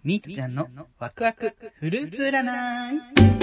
ミートちゃんのワクワクフルーツ占い。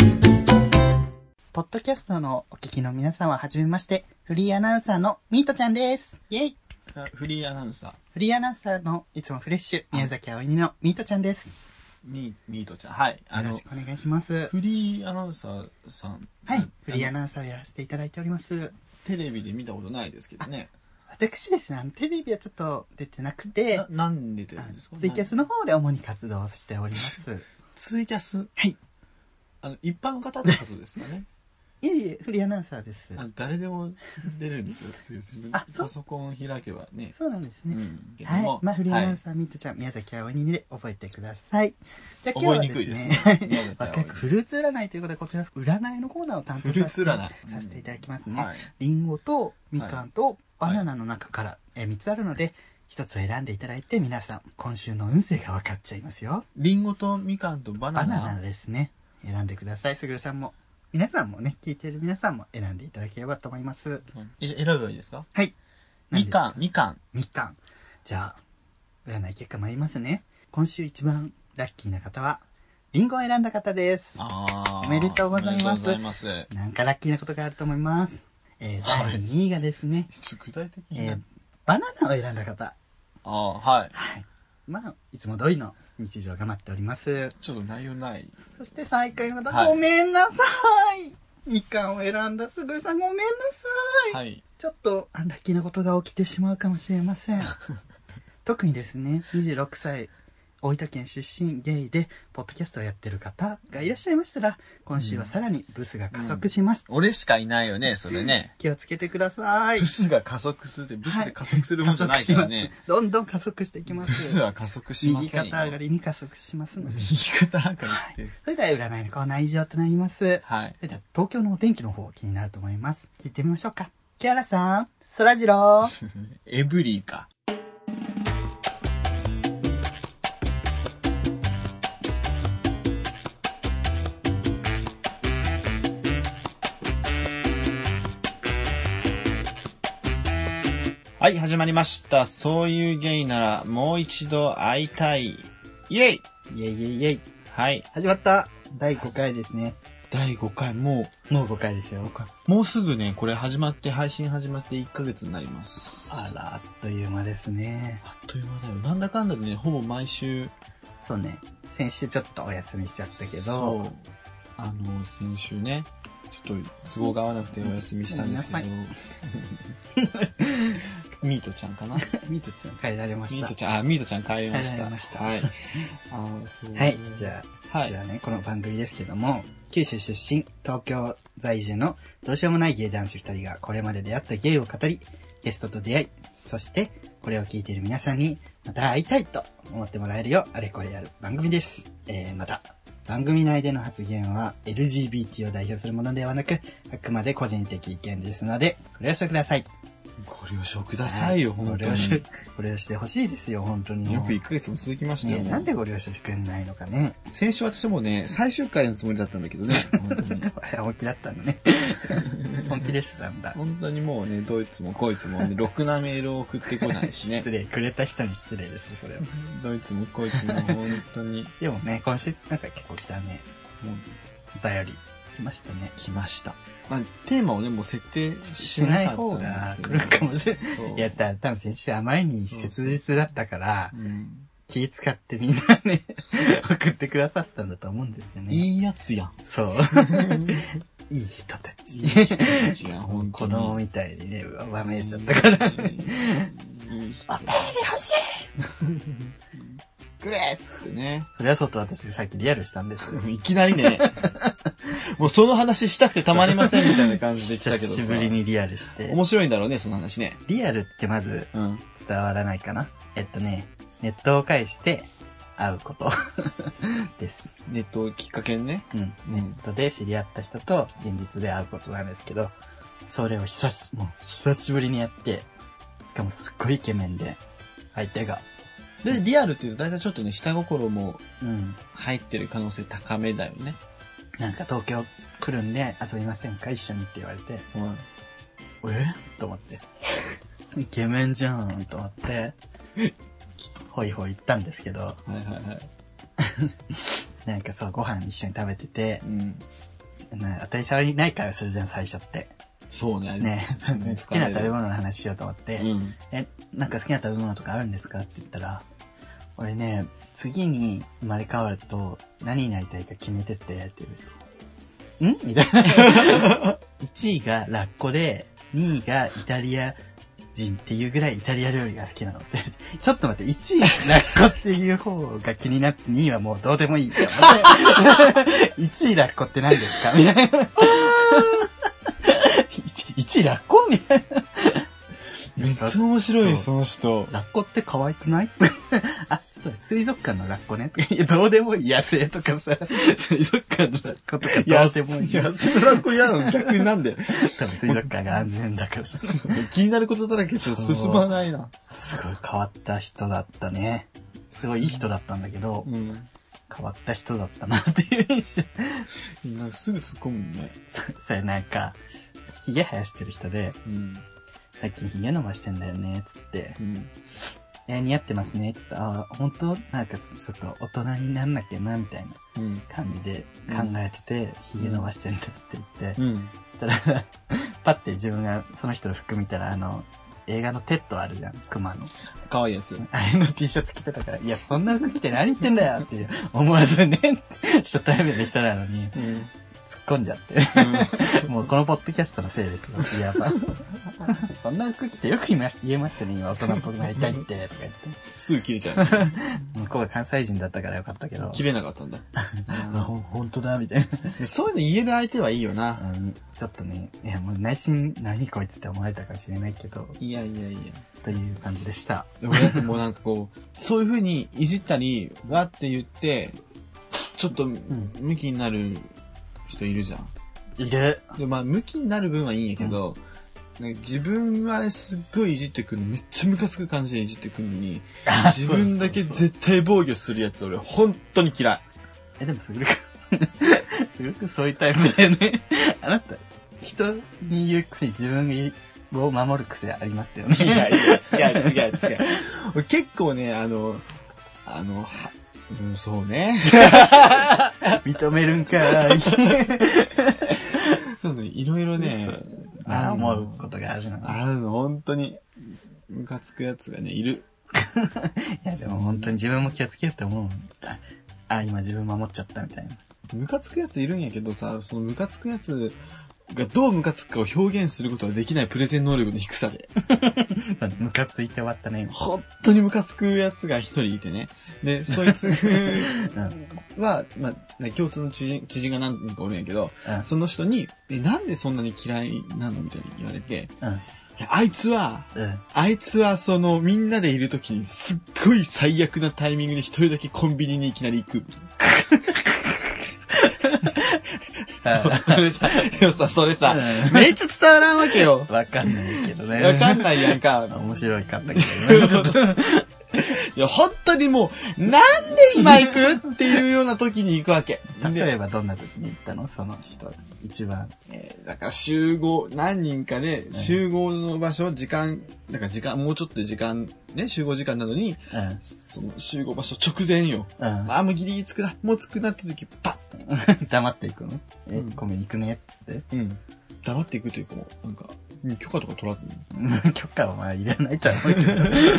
ポッドキャストのお聞きの皆さんははじめまして、フリーアナウンサーのミートちゃんです。イェイ。 フリーアナウンサー。 フリーアナウンサーのいつもフレッシュ、宮崎あおいにのミートちゃんです。 ミートちゃん。はい。 よろしくお願いします。 フリーアナウンサーさん。 はい。フリーアナウンサーをやらせていただいております。 テレビで見たことないですけどね。 私ですね、テレビはちょっと出てなくて、 なんで出てるんですか？ ツイキャスの方で主に活動しております。 ツイキャス？ はい。 一般の方ってことですかね？ いえいえ、フリーアナウンサーです。 誰でも出るんですよ。自分パソコン開けばね。 そうなんですね。 はい。 まあ、フリーアナウンサー、ミートちゃん、宮崎あおいにで覚えてください。じゃあ今日はですね、ワクワクフルーツ占いということで、こちら占いのコーナーを担当させていただきますね。リンゴとみかんとバナナの中から3つあるので、1つを選んでいただいて、皆さん、今週の運勢が分かっちゃいますよ。 リンゴとみかんとバナナ？ バナナですね。選んでください。すぐるさんも。皆さんもね、聞いている皆さんも選んでいただければと思います。 選べばいいですか？ はい。 みかん。 じゃあ、占い結果参りますね。今週一番ラッキーな方は、リンゴを選んだ方です。おめでとうございます。なんかラッキーなことがあると思います。第2位がですね、 具体的にバナナを選んだ方。 はい。 まあ、いつも通りの日常が待っております。 ちょっと内容ない。 そして最下位の方、ごめんなさい。みかんを選んだすぐるさん、ごめんなさい。はい。ちょっとアンラッキーなことが起きてしまうかもしれません。特にですね、26歳、大分県出身ゲイで、ポッドキャストをやってる方がいらっしゃいましたら、今週はさらにブスが加速します。 俺しかいないよね、それね。 気をつけてください。 ブスが加速するって、ブスで加速するもんじゃないからね。 どんどん加速していきます。 ブスは加速しませんよ。 右肩上がりに加速しますので。 右肩上がりって。 それでは占いのコーナー以上となります。 はい。 それでは東京のお天気の方気になると思います。聞いてみましょうか。木原さん、そらジロー。 エブリーか。はい、始まりました。そういうゲイならもう一度会いたい。イェイイェイイェイイェイ。 はい。 始まった。第5回ですね。 第5回、もう5回ですよ。 もうすぐね、これ配信始まって1ヶ月になります。 あら、あっという間ですね。 あっという間だよ。なんだかんだでね、ほぼ毎週。 そうね。先週ちょっとお休みしちゃったけど。 そう。先週ね、ちょっと都合が合わなくてお休みしたんですけど。ミートちゃんかな。 ミートちゃん帰られました。 ミートちゃん帰りました。はい。 そう。はい。じゃあね、この番組ですけども、九州出身、東京在住のどうしようもないゲイ男子2人がこれまで出会ったゲイを語り、ゲストと出会い、そしてこれを聞いている皆さんにまた会いたいと思ってもらえるようあれこれやる番組です。また、番組内での発言は LGBT を代表するものではなく、あくまで個人的意見ですので、ご了承ください。 ご了承くださいよ、本当に。 ご了承してほしいですよ、本当に。 よく1ヶ月も続きましたよ。 なんでご了承してくれないのかね。 先週私もね、最終回のつもりだったんだけどね。本当に本気だったんだね。本気でしたんだ。 本当にもうね、どいつもこいつもね、ろくなメールを送ってこないしね。 失礼、くれた人に失礼ですよ、それは。 どいつもこいつも本当に。 でもね、今週なんか結構来たね。もう、お便り来ましたね。 来ました。まあ、テーマをね、もう設定しない方が来るかもしれない。いや、多分先週あまりに切実だったから、気使ってみんなね、送ってくださったんだと思うんですよね。 いいやつやん。 そう。いい人たち。 いい人たちやん、本当に。 子供みたいにね、わめいちゃったから。お便り欲しいくれっつってね。 それはそうと私さっきリアルしたんですよ。 いきなりね。もうその話したくてたまりませんみたいな感じで来たけどさ。 久しぶりにリアルして。 面白いんだろうね、その話ね。 リアルってまず伝わらないかな。ネットを介して会うことです。 ネットをきっかけにね。 ネットで知り合った人と現実で会うことなんですけど、それを久しぶりにやって、しかもすっごいイケメンで、相手が。 で、リアルっていうと大体ちょっとね、下心も入ってる可能性高めだよね。 なんか東京来るんで遊びませんか一緒にって言われて。と思って。イケメンじゃんと思って、ほいほい行ったんですけど。 なんかそう、ご飯一緒に食べてて、当たり障りない会話するじゃん、最初って。 そうね。 ね、好きな食べ物の話しようと思って、なんか好きな食べ物とかあるんですかって言ったら、俺ね、次に生まれ変わると何になりたいか決めてって、って言われて。んみたいな。1位がラッコで、2位がイタリア人っていうぐらいイタリア料理が好きなのって。ちょっと待って、1位ラッコっていう方が気になって、2位はもうどうでもいい。1位ラッコって何ですかみたいな。1位ラッコみたいな。 めっちゃ面白い、その人。 ラッコって可愛くないあ、ちょっと水族館のラッコね。いや、どうでもいい。野生とかさ、水族館のラッコとかどうでもいい。 野生のラッコ嫌なの逆になんで多分水族館が安全だから気になることだらけちょっと進まないな。 すごい変わった人だったね。すごいいい人だったんだけど、変わった人だったなっていう印象。 なんかすぐ突っ込むもんね。 それなんか、髭生やしてる人で、最近髭伸ばしてんだよね、つって。似合ってますね、つって。あ、本当なんかちょっと大人になんなきゃな、みたいな感じで考えてて、髭伸ばしてんだって言って。そしたら、パッて自分がその人の服見たら、映画のテッドあるじゃん、熊の。 可愛いやつ。 あれの T シャツ着てたから、いや、そんな服着て何言ってんだよって思わずね、初対面の人なのに、突っ込んじゃって。もうこのポッドキャストのせいですよ。いやば。そんな服着てよく言えましたね、今大人っぽくなりたいって、とか言って。 すぐ切れちゃう。 向こうが関西人だったからよかったけど。 切れなかったんだ。 本当だ、みたいな。そういうの言える相手はいいよな。 ちょっとね、いや、もう内心何こいつって思われたかもしれないけど。 いや。 という感じでした。 でもだってもうなんかこう、そういう風にいじったり、わって言って、ちょっと向きになる人いるじゃん。 いる。 で、まあ、向きになる分はいいんやけど、なんか自分はすっごいいじってくるの、めっちゃムカつく感じでいじってくるのに、自分だけ絶対防御するやつ俺本当に嫌い。 でもすぐるくんそういうタイプだよね。あなた、人に言うくせに自分を守る癖ありますよね。 いや、違う。結構ね、そうね。 認めるんかーい。 そうね、いろいろね、 思うことがあるの。 あるの、本当に、ムカつくやつがね、いる。 いや、でも本当に自分も気をつけようって思う。今自分守っちゃったみたいな。 ムカつくやついるんやけどさ、そのムカつくやつがどうムカつくかを表現することができないプレゼン能力の低さで。 ムカついて終わったね。 本当にムカつくやつが一人いてね。で、そいつは、まあ、共通の知人が何人かおるんやけど、その人に、なんでそんなに嫌いなのみたいに言われて、あいつはそのみんなでいるときにすっごい最悪なタイミングで一人だけコンビニにいきなり行く。それさ、めっちゃ伝わらんわけよ。 わかんないけどね。 わかんないやんか。 面白かったけどね。ちょっといや、本当にもう、なんで今行くっていうような時に行くわけ。 例えばどんな時に行ったのその人。一番。 だから集合、何人かで、集合の場所、時間、もうちょっとで時間、ね、集合時間なのに、その集合場所直前よ。もうギリギリ着くな、もう着くなって時、パッ黙っていくのごめん、行くね、つって。 黙っていくというかもう、なんか、許可とか取らずに。許可はまあいらないとは思うけど。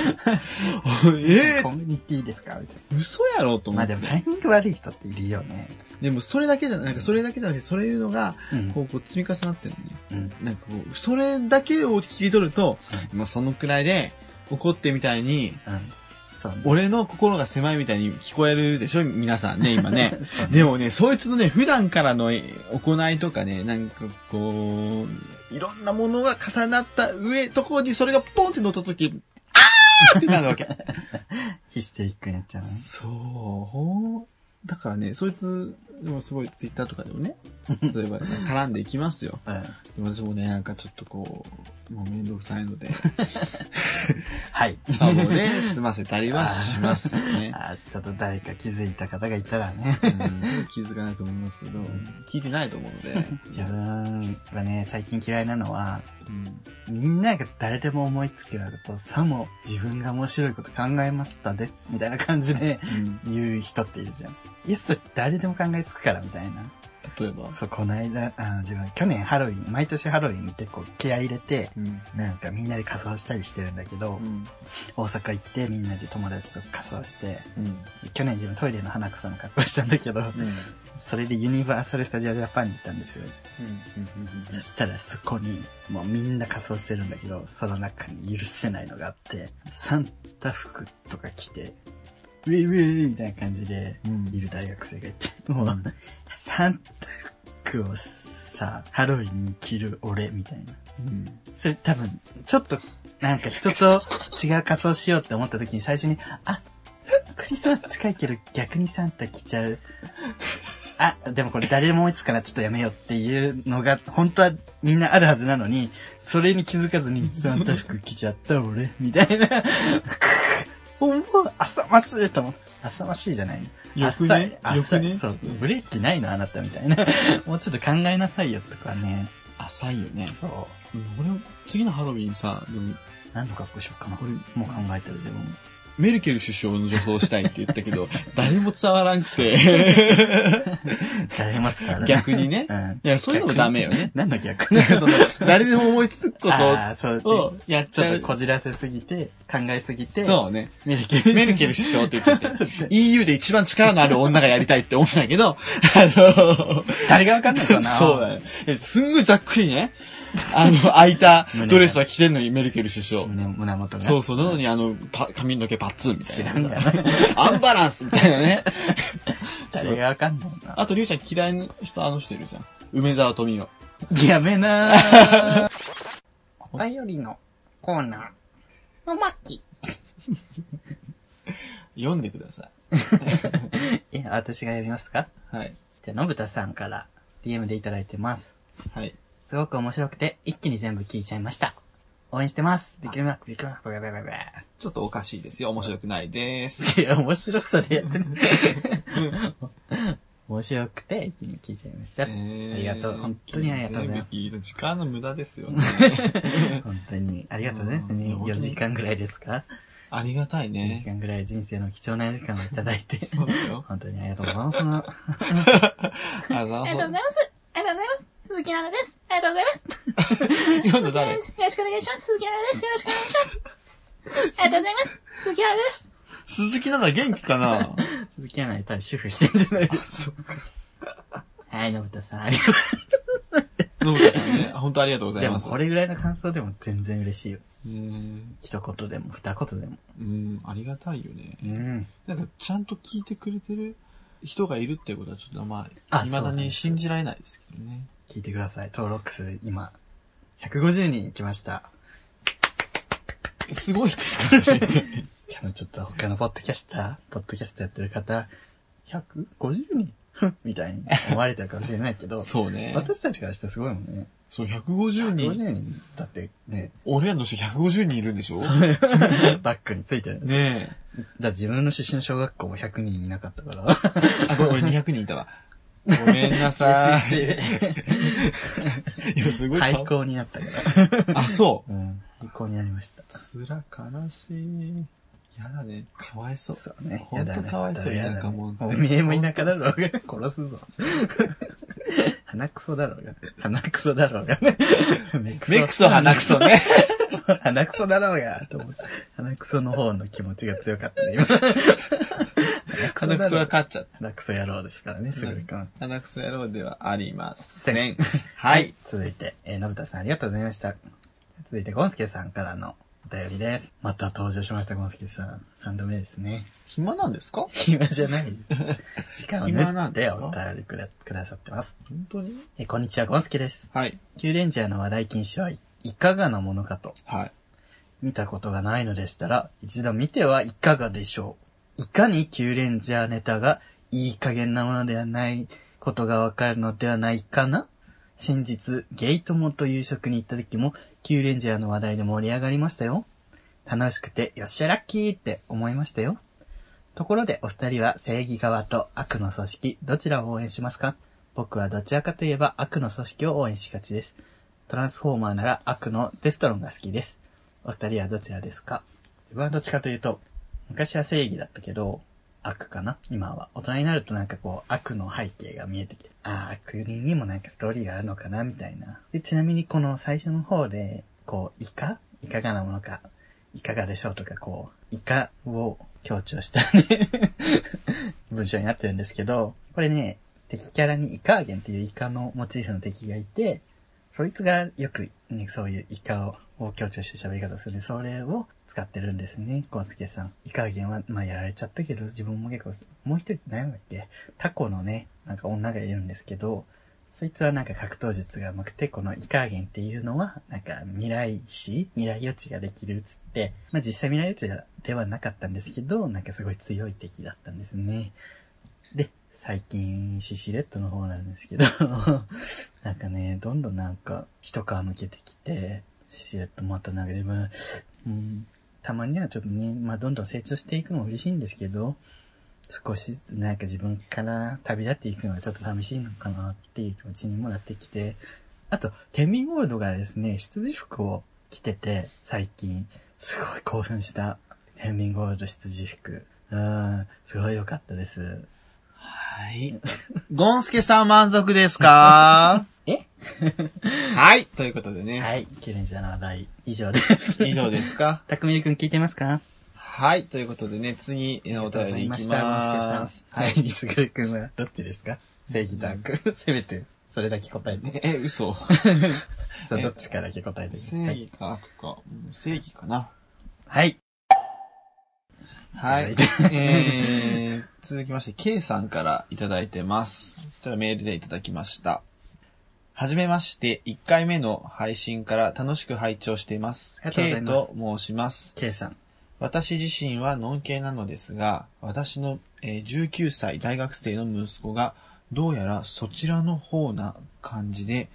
コミュニティですかみたいな。 嘘やろと思って。 まあでもタイミング悪い人っているよね。 でもそれだけじゃなくて、そういうのが、こう積み重なってるのね。なんかこう、それだけを切り取ると、まあそのくらいで、怒ってみたいに、俺の心が狭いみたいに聞こえるでしょ皆さんね、今ね。でもね、そいつのね、普段からの行いとかね、なんかこう、いろんなものが重なったところにそれがポンって乗ったとき、あーってなるわけ。 ヒステリックになっちゃうね。 そう。だからね、そいつ、でもすごいツイッターとかでもね、例えば絡んでいきますよ。でも私もね、なんかちょっとこう、 もうめんどくさいので。 はい。 もうね、済ませたりはしますね。 ちょっと誰か気づいた方がいたらね。 気づかないと思いますけど、聞いてないと思うので。 自分はね、最近嫌いなのは、みんなが誰でも思いつくようなことをさも自分が面白いこと考えましたで、みたいな感じで言う人っているじゃん。いや、それ誰でも考えつくから、みたいな。 例えばそう、この間、自分、去年ハロウィン、毎年ハロウィン結構気合い入れて、なんかみんなで仮装したりしてるんだけど、大阪行ってみんなで友達と仮装して、去年自分トイレの花草の格好したんだけど、それでユニバーサル・スタジオ・ジャパンに行ったんですよ。そしたらそこに、もうみんな仮装してるんだけど、その中に許せないのがあって、サンタ服とか着て、ウェイウェイみたいな感じで、いる大学生がいて、もう、サンタ服をさ、ハロウィンに着る俺みたいな。それ多分、ちょっと、なんか人と違う仮装しようって思った時に最初に、クリスマス近いけど逆にサンタ着ちゃう。でもこれ誰でも思いつくからちょっとやめようっていうのが、本当はみんなあるはずなのに、それに気づかずにサンタ服着ちゃった俺、みたいな。浅ましいと思う。浅ましいじゃないの。 よくね。よくね。 そう。ブレーキないのあなたみたいな。もうちょっと考えなさいよとかね。 浅いよね。 そう。 俺、次のハロウィンさ、でも何の格好しようかな。俺、もう考えてる自分も。 メルケル首相の女装したいって言ったけど、誰も伝わらんくて。 誰も伝わらない。 逆にね。いや、そういうのもダメよね。 なんだ逆に。 誰でも思いつくことをやっちゃう。 ちょっとこじらせすぎて、考えすぎて。 そうね。 メルケル首相って言っちゃって。EU で一番力のある女がやりたいって思うんだけど、 誰がわかんないかな。 そうだね。すんごいざっくりね。開いたドレスは着てんのに、メルケル首相。 胸元ね。 そうそう。なのに、髪の毛パッツンみたいな。 知らんがな。 アンバランスみたいなね。 誰がわかんないな。 あと、りゅうちゃん嫌いな人いるじゃん。梅沢富美男。 やめなー。お便りのコーナーの巻。 読んでください。私がやりますか？ はい。 じゃあ、のぶたさんから DM でいただいてます。 はい。 すごく面白くて、一気に全部聞いちゃいました。応援してます。びっくりマーク、びっくりマーク、 ちょっとおかしいですよ。面白くないです。 いや、面白さでやってる。面白くて、一気に聞いちゃいました。ありがとう。本当にありがとうございます。 時間の無駄ですよね。 本当に。ありがとうですね。4時間ぐらいですか？ ありがたいね。 4時間ぐらい人生の貴重な時間をいただいて。 そうだよ。 本当にありがとうございます。ありがとうございます。ありがとうございます。 鈴木奈々です。ありがとうございます。 今の誰？ よろしくお願いします。鈴木奈々です。よろしくお願いします。ありがとうございます。鈴木奈々です。 鈴木奈々元気かな？ 鈴木奈々に対して主婦してんじゃないですか。はい、のぶたさん、ありがとう。 のぶたさんね、本当ありがとうございます。 でもこれぐらいの感想でも全然嬉しいよ。一言でも二言でも。 ありがたいよね。なんかちゃんと聞いてくれてる人がいるっていうことはちょっと未だに信じられないですけどね。 聞いてください。登録数今、150人いきました。 すごいですかね。 多分ちょっと他のポッドキャスターやってる方、150人みたいに思われてるかもしれないけど。 そうね。 私たちからしたらすごいもんね。 そう、150人。 150人だってね。 俺らの人150人いるんでしょ？ バックについてるんです。 ねえ。だ自分の出身の小学校も100人いなかったから。 俺200人いたわ。ごめんなさい。いや、すごい。 廃校になったから。 あ、そう。 廃校になりました。 悲しい。やだね。かわいそう。 そうね。 ほんとかわいそう。田舎もん。 おめえも田舎だろうが、殺すぞ。鼻くそだろうが。鼻くそだろうが。 メクソ鼻くそね。 鼻くそだろうが、と思って。鼻くその方の気持ちが強かったね、今。 鼻くそが勝っちゃった。 鼻くそ野郎ですからね、すぐるくん。 鼻くそ野郎ではありません。 はい。続いて、のぶたさんありがとうございました。続いて、ゴンスケさんからのお便りです。また登場しました、ゴンスケさん。3度目ですね。 暇なんですか？ 暇じゃないです。時間を縫ってお便りくださってます。 本当に？ こんにちは、ゴンスケです。 はい。 キューレンジャーの話題禁止はいかがなものかと。 はい。 見たことがないのでしたら、一度見てはいかがでしょう。いかにキューレンジャーネタがいい加減なものではないことがわかるのではないかな。 先日、ゲイ友と夕食に行った時も、キューレンジャーの話題で盛り上がりましたよ。楽しくて、よっしゃラッキーって思いましたよ。ところで、お二人は正義側と悪の組織、どちらを応援しますか？僕はどちらかといえば悪の組織を応援しがちです。トランスフォーマーなら悪のデストロンが好きです。お二人はどちらですか？自分はどっちかというと、昔は正義だったけど、悪かな今は。大人になるとなんかこう、悪の背景が見えてきて、悪人にもなんかストーリーがあるのかなみたいな。で、ちなみにこの最初の方で、こう、いかがなものか、いかがでしょうとか、こう、いかを強調したね、文章になってるんですけど、これね、敵キャラにイカーゲンっていうイカのモチーフの敵がいて、そいつがよくね、そういうイカを強調して喋り方する。それを使ってるんですね、コンスケさん。イカーゲンは、まあやられちゃったけど、自分も結構、もう一人何だっけ、タコのね、なんか女がいるんですけど、そいつはなんか格闘術が上手くて、このイカーゲンっていうのは、なんか未来予知ができるっつって、まあ実際未来予知ではなかったんですけど、なんかすごい強い敵だったんですね。で、最近、シシレットの方なんですけど、なんかね、どんどんなんか一皮むけてきて、シシレットまたなんか自分、たまにはちょっとね、まあどんどん成長していくのも嬉しいんですけど、少しずつなんか自分から旅立っていくのがちょっと寂しいのかなっていう気持ちにもなってきて、あと、テンミンゴールドがですね、羊服を着てて、最近、すごい興奮した。テンミンゴールド羊服。すごい良かったです。 はい。ゴンスケさん満足ですか？はい。ということでね。 はい。キュレンジャーの話題、以上です。 以上ですか？ たくみるくん聞いてますか？ はい。ということでね、次のお便りいきます。 はい。すぐるくんはどっちですか？正義と悪。せめて、それだけ答えて。 嘘。 そう、どっちかだけ答えてください。 正義か悪か。正義かな。 はい。 はい。続きまして、K さんからいただいてます。そしたらメールでいただきました。はじめまして、1回目の配信から楽しく拝聴しています。K と申します。 K さん。 私自身はノン系なのですが、私の19歳大学生の息子が、どうやらそちらの方な感じで、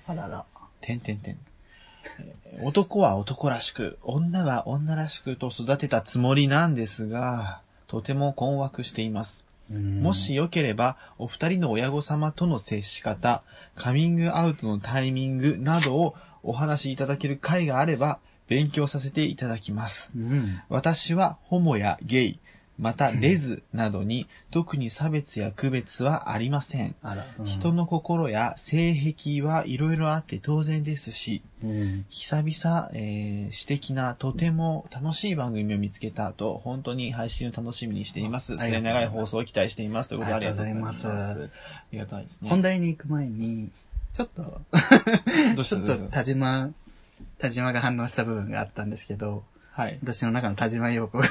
男は男らしく、女は女らしくと育てたつもりなんですが、とても困惑しています。もしよければ、お二人の親御様との接し方、カミングアウトのタイミングなどをお話しいただける会があれば、勉強させていただきます。私はホモやゲイ、またレズなどに特に差別や区別はありません。人の心や性癖はいろいろあって当然ですし、久々、私的なとても楽しい番組を見つけた後、本当に配信を楽しみにしています。末長い放送を期待しています。ということでありがとうございます。ありがたいですね。 本題に行く前に、ちょっと田島が反応した部分があったんですけど、 はい。 私の中の田島陽子が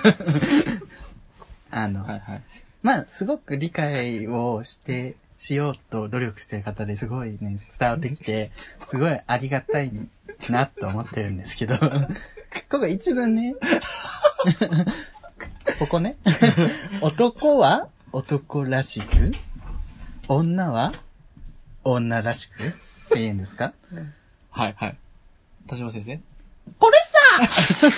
まあ、すごく理解をしようと努力してる方ですごいね、伝わってきて、すごいありがたいなと思ってるんですけど、ここ一番ね、ここね、男は男らしく、女は女らしくって言うんですか？ はいはい。田島先生？ これさ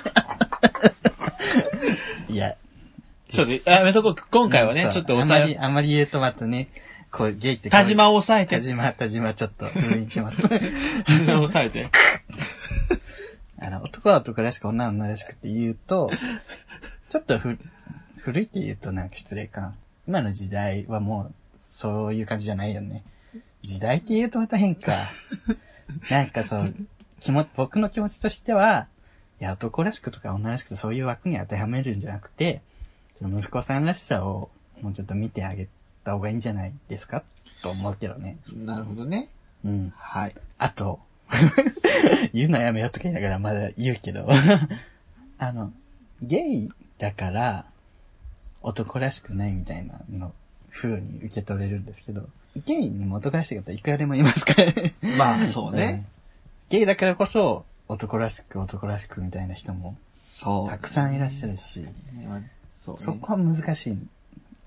いや、 ちょっとやめとこう。今回はね、ちょっとあまり言うとまたね、こうゲイって。 田島を抑えて。 田島ちょっと封印します。 田島を抑えて。 男は男らしく女は女らしくって言うと、ちょっと古いって言うとなんか失礼かな。今の時代はもうそういう感じじゃないよね。時代って言うとまた変か。なんかそう、僕の気持ちとしては、いや、男らしくとか女らしくとそういう枠に当てはめるんじゃなくて、息子さんらしさをもうちょっと見てあげた方がいいんじゃないですかと思うけどね。 なるほどね。 うん。 はい。 あと、言うのやめようとか言いながらまだ言うけど、ゲイだから男らしくないみたいなの風に受け取れるんですけど、ゲイにも男らしい方いくらでもいますからね。 まあ、そうね、 ゲイだからこそ男らしくみたいな人もたくさんいらっしゃるし、そこは難しい。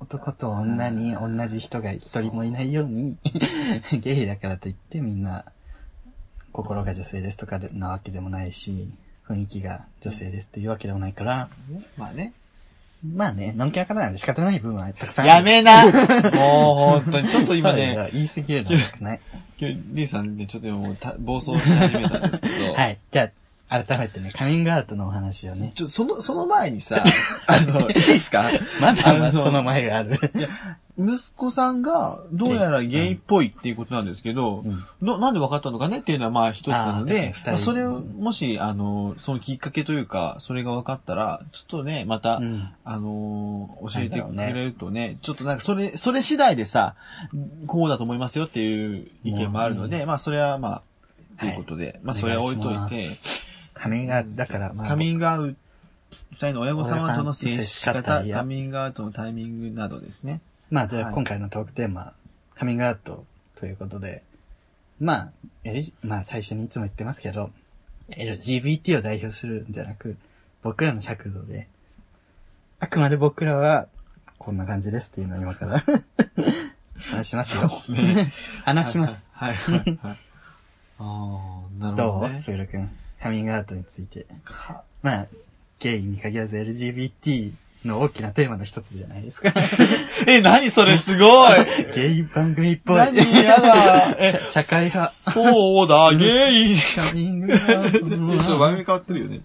男と女に同じ人が一人もいないように、ゲイだからといってみんな、心が女性ですとかなわけでもないし、雰囲気が女性ですっていうわけでもないから、 まあね、 のんきな方なんで仕方ない部分はたくさんある。やめなもう本当に、ちょっと今ね、 言い過ぎるのは良くない。 今日、リーさんね、ちょっともう暴走し始めたんですけど。 はい。じゃあ、改めてね、カミングアウトのお話をね。 その前にさ、いいですかまだその前がある。 息子さんが、どうやらゲイっぽいっていうことなんですけど、なんで分かったのかねっていうのはまあ一つなので、それを、もし、そのきっかけというか、それが分かったら、ちょっとね、また、教えてくれるとね、ちょっとなんかそれ次第でさ、こうだと思いますよっていう意見もあるので、まあそれはまあ、ということで、まあそれは置いといて、 カミングアウト、だからまあ、 カミングアウト、二人の親御様との接し方、カミングアウトのタイミングなどですね。 まあ、じゃあ今回のトークテーマ、カミングアウトということで、まあ最初にいつも言ってますけど、LGBT を代表するんじゃなく、僕らの尺度で、あくまで僕らは、こんな感じですっていうのを今から話しますよ。 ね、 話します。 はい。ああ、なるほど、ね。 どうすぐるくん。カミングアウトについて。まあ、ゲイに限らず LGBT の大きなテーマの一つじゃないですか。 何それすごいゲイ番組っぽい。 何やだ社会派。 そうだ、ゲイカミングアウト。ちょっと番組変わってるよね。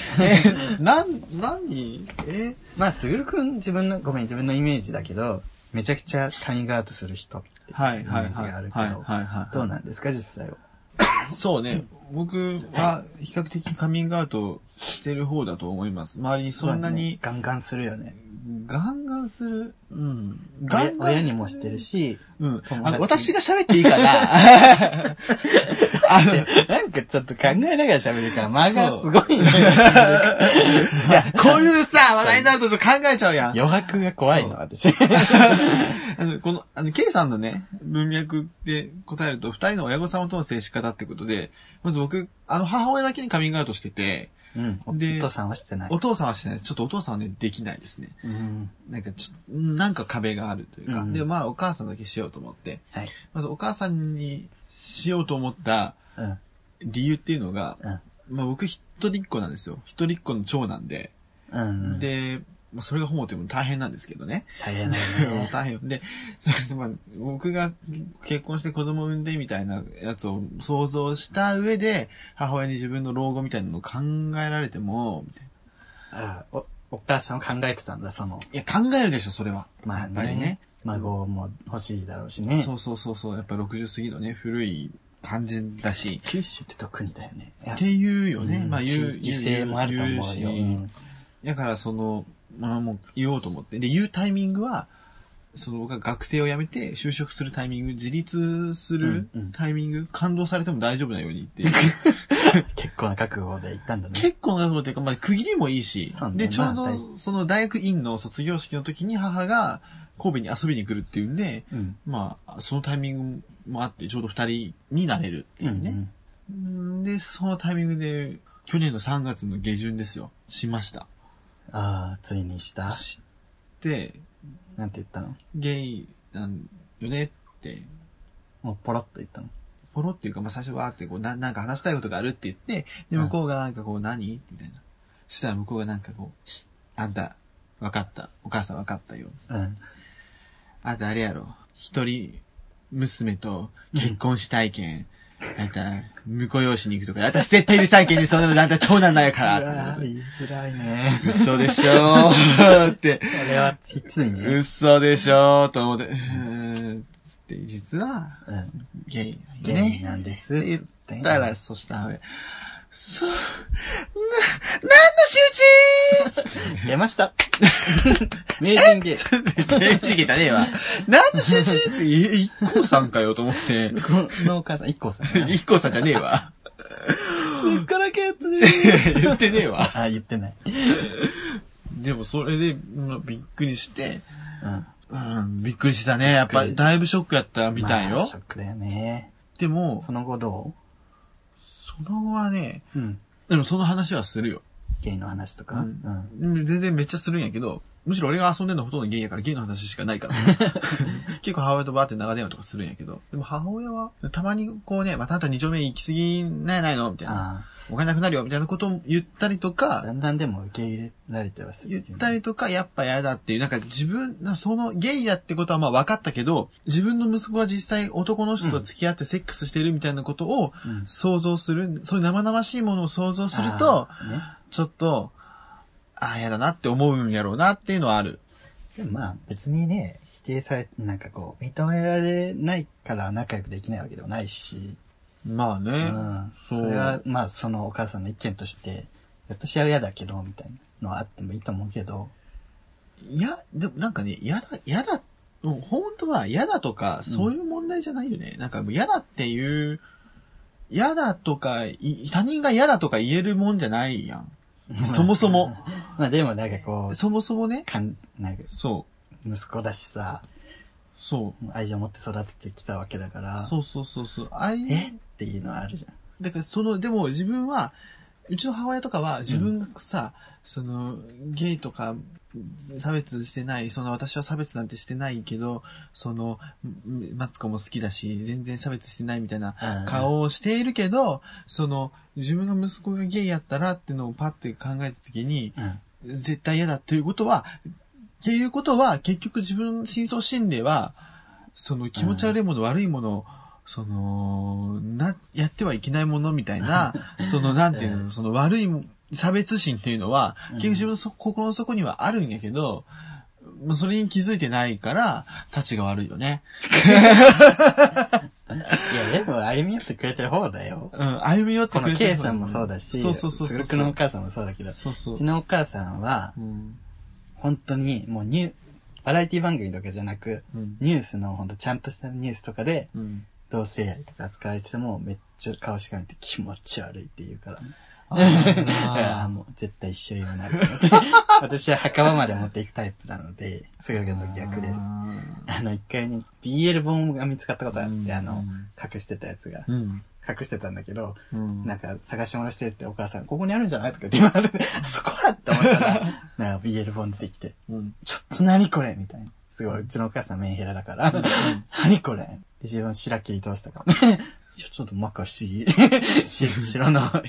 まあ、すぐるくん自分のイメージだけど、めちゃくちゃカミングアウトする人っていうイメージがあるけど、どうなんですか、実際は。 そうね。僕は比較的カミングアウトしてる方だと思います。周りにそんなに。 ガンガンするよね。 ガンガンする。うん。 親にもしてるし。 うん。私が喋っていいかななんかちょっと考えながら喋るから、間がすごいね。 いや、こういうさ、話題になるとちょっと考えちゃうやん。 余白が怖いの、私。 K さんのね、文脈で答えると、二人の親御様との接し方ってことで、まず僕、母親だけにカミングアウトしてて、 お父さんはしてない。 お父さんはしてないです。ちょっとお父さんはね、できないですね。なんか壁があるというか。で、まあ、お母さんだけしようと思って。まず、お母さんにしようと思った理由っていうのが、まあ、僕一人っ子なんですよ。一人っ子の長男で。で、それがホモというのも大変なんですけどね。 大変だよね。 大変。で、まあ、僕が結婚して子供を産んでみたいなやつを想像した上で、母親に自分の老後みたいなのを考えられても、みたいな。お母さんは考えてたんだ、 いや、考えるでしょ、それは。 まあ、やっぱりね。孫も欲しいだろうしね。 そう。やっぱ60過ぎのね、古い感じだし。 九州って特にだよね。 っていうよね。まあ、 地域性もあると思うよ。 だからまあもう言おうと思って。で、言うタイミングは、僕が学生を辞めて就職するタイミング、自立するタイミング、感動されても大丈夫なようにっていう。 結構な覚悟で行ったんだね。 結構な覚悟っていうか、まあ区切りもいいし。で、ちょうどその大学院の卒業式の時に母が神戸に遊びに来るっていうんで、まあ、そのタイミングもあって、ちょうど二人になれるっていうね。で、そのタイミングで、去年の3月の下旬ですよ。しました。 ああ、ついにした。 して、 なんて言ったの？ ゲイなんよねって。 もうポロッと言ったの？ ポロっていうか、まあ、最初はって、なんか話したいことがあるって言って、で、向こうがなんか何みたいな。そしたら向こうがなんかあんた、わかった。お母さんわかったよ。あんたあれやろ。一人娘と結婚したいけん。なんか、婿養子に行くとか、私絶対許さんけんね、そんなの、なんた長男なんやから。 言いづらいね。 嘘でしょーって。 これはきついね。 嘘でしょーと思って、つって、実は、ゲイなんです。って言ったら、そしたら、なんの仕打ち出ました。名人芸。 名人芸じゃねえわ。なんの仕打ちって、一光さんかよと思って。 このお母さん、一光さん。 一光さんじゃねえわ。 すっからけやつね言ってねえわ。 言ってない。 でもそれで、びっくりして、びっくりしたね。やっぱりだいぶショックやったみたいよ。 ショックだよね。 でも、 その後どう？ その後はね、でもその話はするよ。 ゲイの話とか、 全然めっちゃするんやけど、 むしろ俺が遊んでるのほとんどゲイやからゲイの話しかないから。結構母親とバーって長電話とかするんやけど。でも母親は、たまにこうね、またあんた2丁目行き過ぎないのみたいな。お金なくなるよみたいなことを言ったりとか。 だんだんでも受け入れられてはする、 言ったりとか、やっぱ嫌だっていう、なんか自分、そのゲイだってことはまあ分かったけど、自分の息子が実際男の人と付き合ってセックスしてるみたいなことを想像する、そういう生々しいものを想像すると、ね、ちょっと、嫌だなって思うんやろうなっていうのはある。 でもまあ別にね、否定され、なんかこう、認められないから仲良くできないわけでもないし、 まあね。 それは、まあそのお母さんの意見として、私は嫌だけど、みたいなのはあってもいいと思うけど。 でもなんかね、嫌だ、本当は嫌だとか、そういう問題じゃないよね。なんかもう嫌だっていう、嫌だとか、他人が嫌だとか言えるもんじゃないやん。そもそも。 まあでもなんかこう。 そもそもね。 なんか、 そう。 息子だしさ。 そう。 愛情持って育ててきたわけだから。 そう。 っていうのはあるじゃん。 だからでも自分は、うちの母親とかは自分がさ、ゲイとか差別してない、私は差別なんてしてないけど、マツコも好きだし、全然差別してないみたいな顔をしているけど、自分の息子がゲイやったらっていうのをパッて考えたときに、絶対嫌だっていうことは、結局自分の深層心理は、気持ち悪いもの、悪いもの、やってはいけないものみたいな、なんていうの、悪い差別心っていうのは、結局自分の心の底にはあるんやけど、それに気づいてないから、立ちが悪いよね。 いや、でも歩み寄ってくれてる方だよ。 歩み寄ってくれてる方。この K さんもそうだし、すぐくのお母さんもそうだけど、うちのお母さんは、本当にもうバラエティ番組とかじゃなく、ニュースの本当ちゃんとしたニュースとかで、同性愛とか扱われててもめっちゃ顔しかめて気持ち悪いって言うからね。もう絶対一緒言うなって。私は墓場まで持っていくタイプなので、それが逆で。一回に BL 本が見つかったことあって、隠してたやつが。隠してたんだけど、なんか探し物してってお母さん、ここにあるんじゃないとかって言われて、そこだって思ったら、なんか BL 本出てきて、ちょっと何これみたいな。すごい、うちのお母さんメンヘラだから、何これで自分白切り通したからね。ちょっと摩訶不思議。知らない。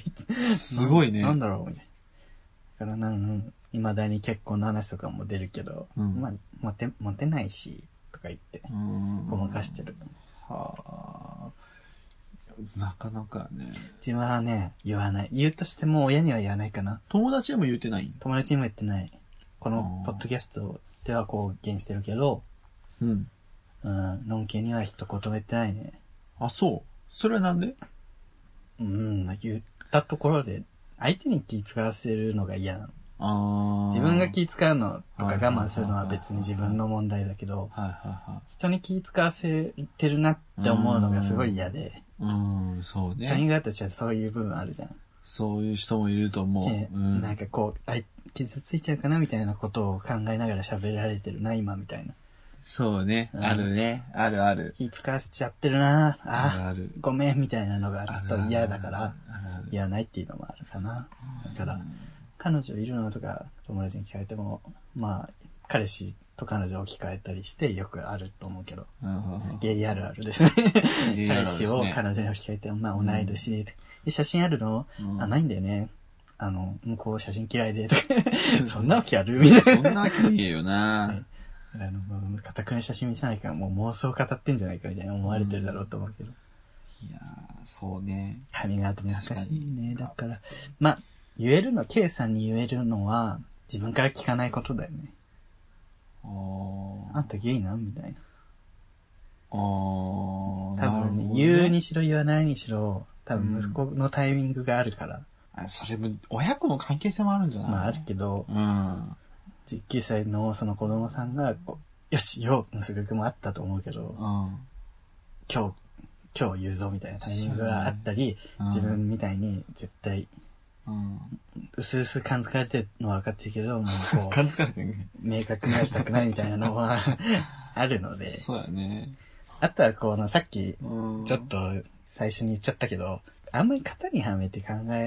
すごいね。 なんだろうみたいな。だから未だに結婚の話とかも出るけど、まあ、モテないし、とか言って、ごまかしてる。 はあ。なかなかね。 自分はね、言わない。言うとしても親には言わないかな。 友達にも言ってない？ 友達にも言ってない。このポッドキャストでは公言してるけど、のんけには一言も言ってないね。 あ、そう。それはなんで？ 言ったところで、相手に気使わせるのが嫌なの。自分が気使うのとか我慢するのは別に自分の問題だけど、人に気使わせてるなって思うのがすごい嫌で。 そうね。 他人方としてはそういう部分あるじゃん。 そういう人もいると思う。 なんかこう、傷ついちゃうかなみたいなことを考えながら喋られてるな、今みたいな。 そうね。あるね。あるある。 気使わせちゃってるな。ごめんみたいなのがちょっと嫌だから、言わないっていうのもあるかな。だから、彼女いるのとか友達に聞かれても、まあ、彼氏と彼女を聞かれたりしてよくあると思うけど、ゲイあるあるですね。彼氏を彼女に聞かれても、まあ同い年で、写真あるの？ないんだよね。向こう写真嫌いで、そんなわけあるみたいな。 そんなわけねえよな。 固くな写真見せないからもう妄想語ってんじゃないかみたいな思われてるだろうと思うけど。 いやー、そうね。 カミングアウト難しいね。だから、まあ、言えるの、K さんに言えるのは、自分から聞かないことだよね。あんたゲイなんみたいな。多分ね、言うにしろ言わないにしろ、多分息子のタイミングがあるから。 それも、親子の関係性もあるんじゃない？ まああるけど、19歳のその子供さんが、よし、すぐくもあったと思うけど、今日言うぞみたいなタイミングがあったり、自分みたいに絶対、うすうす感づかれてるのは分かってるけど、もうこう、 感づかれてるね。 明確にはしたくないみたいなのはあるので。 そうやね。 あとはさっき、ちょっと最初に言っちゃったけど、あんまり型にはめて考え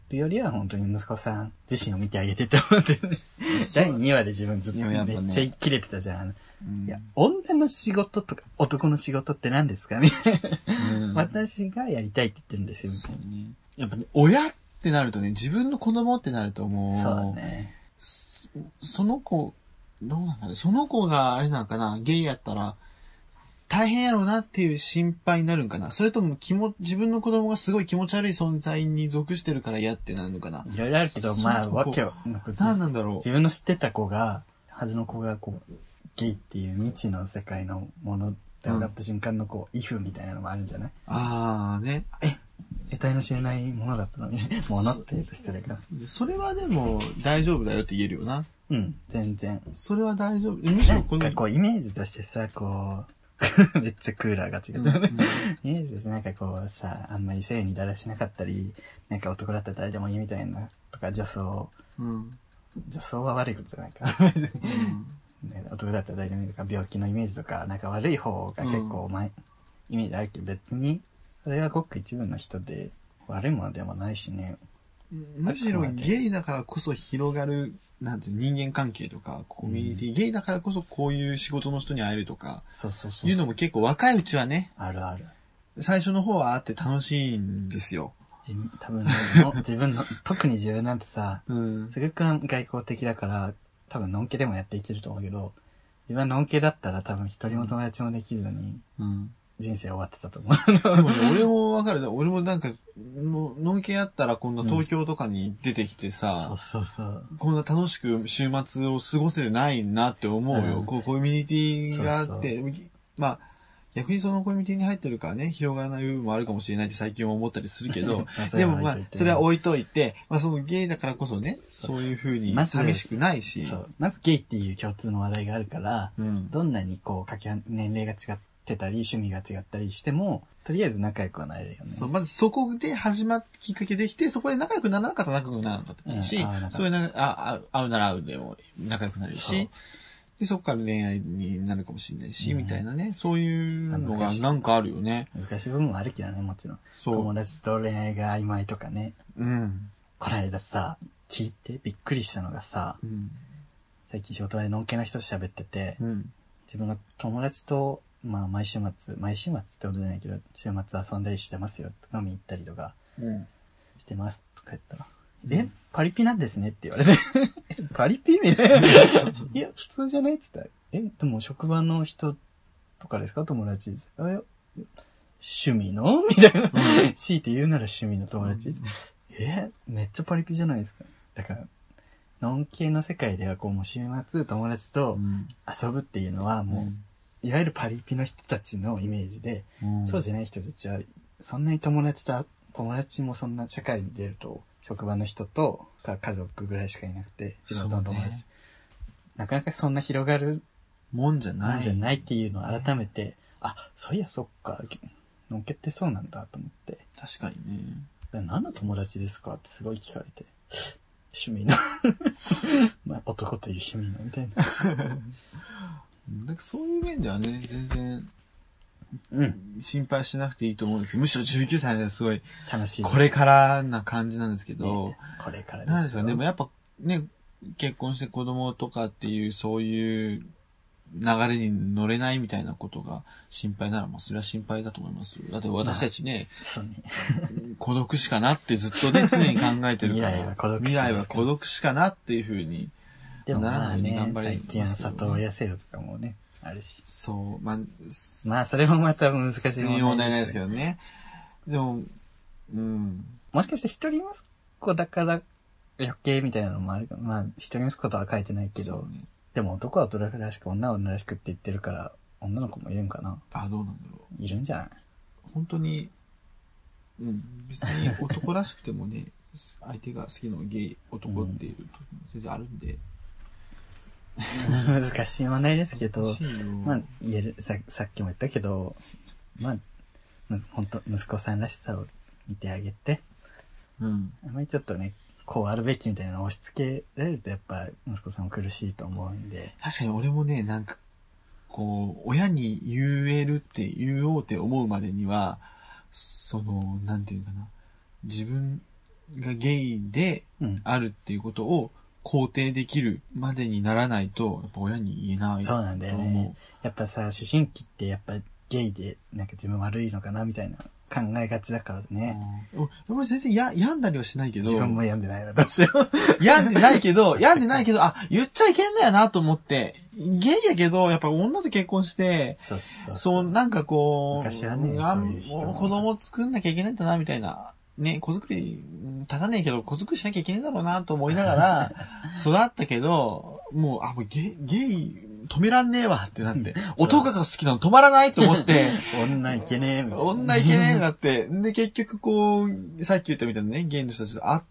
るよりは本当に息子さん自身を見てあげてって思ってね。第2話で自分ずっとめっちゃキレてたじゃん。いや、女の仕事とか男の仕事って何ですかみたいな。私がやりたいって言ってるんですよ、みたいな。 ね、やっぱね、親ってなるとね、自分の子供ってなるともう、 そうだね。 その子、どうなんだろう、その子があれなのかな、ゲイやったら、大変やろうなっていう心配になるんかな、それとも自分の子供がすごい気持ち悪い存在に属してるから嫌ってなるのかな。 いろいろあるけど、まあ、わけは、 何なんだろう。 自分の知ってた子が、はずの子がこう、ゲイっていう未知の世界のものって分かった瞬間のこう、イフみたいなのもあるんじゃない？ ああね。 得体の知れないものだったのに、ものっていうと失礼か。 それはでも大丈夫だよって言えるよな。 うん、全然。 それは大丈夫。むしろこの。 なんかこう、イメージとしてさ、こう、めっちゃクーラーが違う。イメージです。なんかこうさ、あんまり性にだらしなかったり、なんか男だったら誰でもいいみたいな、とか女装。女装は悪いことじゃないか。男だったら誰でもいいとか、病気のイメージとか、なんか悪い方が結構イメージあるけど、別に、それはごく一部の人で、悪いものでもないしね。 むしろゲイだからこそ広がる、なんていう人間関係とか、コミュニティ、ゲイだからこそこういう仕事の人に会えるとか、いうのも結構若いうちはね、 あるある。 最初の方はあって楽しいんですよ。 多分自分の、特に自分なんてさ、すごく外交的だから、多分のんけでもやっていけると思うけど、自分はのんけだったら多分一人も友達もできずに、人生終わってたと思う。 でもね、俺もわかる。俺もなんか、のんけやったらこんな東京とかに出てきてさ、こんな楽しく週末を過ごせるないなって思うよ。こう、コミュニティがあって、まあ、逆にそのコミュニティに入ってるからね、広がらない部分もあるかもしれないって最近は思ったりするけど、でもまあ、それは置いといて、まあそのゲイだからこそね、そういう風に寂しくないし。 まずゲイっていう共通の話題があるから、どんなにこう、年齢が違ってたり、趣味が違ったりしても、とりあえず仲良くはなれるよね。 そう、まずそこできっかけできて、そこで仲良くならなかったら仲良くならなかったらいいし、そういう会うなら会うでも仲良くなるし、で、そこから恋愛になるかもしれないし、みたいなね。そういうのがなんかあるよね。 難しい部分もあるけどね、もちろん。友達と恋愛が曖昧とかね。この間さ、聞いてびっくりしたのがさ、最近仕事でのんけの人と喋ってて、自分の友達と、まあ毎週末ってことじゃないけど、週末遊んだりしてますよ。飲み行ったりとか、してますとか言ったら、パリピなんですねって言われて。パリピみたいな。いや、普通じゃないって言ったら、でも職場の人とかですか友達です。趣味のみたいな。強いて言うなら趣味の友達です。めっちゃパリピじゃないですか。だから、ノン系の世界ではこうもう週末友達と遊ぶっていうのはもう、いわゆるパリピの人たちのイメージで、そうじゃない人たちは、そんなに友達もそんな社会に出ると、職場の人と家族ぐらいしかいなくて、地元の友達。なかなかそんな広がるもんじゃないっていうのを改めて、そういやそっか、のんけってそうなんだと思って。 確かにね。 何の友達ですかってすごい聞かれて。趣味のまあ男という趣味のみたいな。 なんかそういう面ではね、全然、心配しなくていいと思うんですけど、むしろ19歳ですごい楽しい。 これからな感じなんですけど、 これからですよ。なんですかね、でもやっぱね、結婚して子供とかっていうそういう流れに乗れないみたいなことが心配なら、まあそれは心配だと思いますよ。だって私たちね、孤独しかなってずっとね、常に考えてるから、未来は孤独しかなっていうふうに、 でもまあね、最近は里親制度とかもね、あるし。 そう、 まあそれもまた難しい問題ないですけどね。でも、 もしかして一人息子だから余計みたいなのもあるかまあ一人息子とは書いてないけど、でも男は男らしく女は女らしくって言ってるから女の子もいるんかな。 どうなんだろう。 いるんじゃない？ 本当に、別に男らしくてもね、相手が好きなゲイ男っていう時も全然あるんで。 難しい問題ですけど、まあ言えるさっきも言ったけど、まあ本当息子さんらしさを見てあげて、あまりちょっとね。こうあるべきみたいなのを押し付けられるとやっぱ息子さんも苦しいと思うんで。 確かに俺もね、なんか、こう、親に言おうって思うまでには、なんていうかな。自分がゲイであるっていうことを肯定できるまでにならないと、やっぱ親に言えない。 そうなんだよね。やっぱさ、思春期ってやっぱゲイでなんか自分悪いのかなみたいな考えがちだからね。 俺全然病んだりはしないけど。 自分も病んでない私は。 病んでないけど、あ、言っちゃいけんのやなと思って、ゲイやけど、やっぱ女と結婚して、そう、なんかこう、 昔はね、 もう子供作んなきゃいけないんだな、みたいな。ね、子作り、立たねえけど、子作りしなきゃいけないんだろうな、と思いながら、育ったけど、もうゲイ、止めらんねえわってなって、男が好きなの止まらないと思って、 女いけねえ、 女いけねえなって、で、結局こう、さっき言ったみたいなね、ゲイの人たちと会って、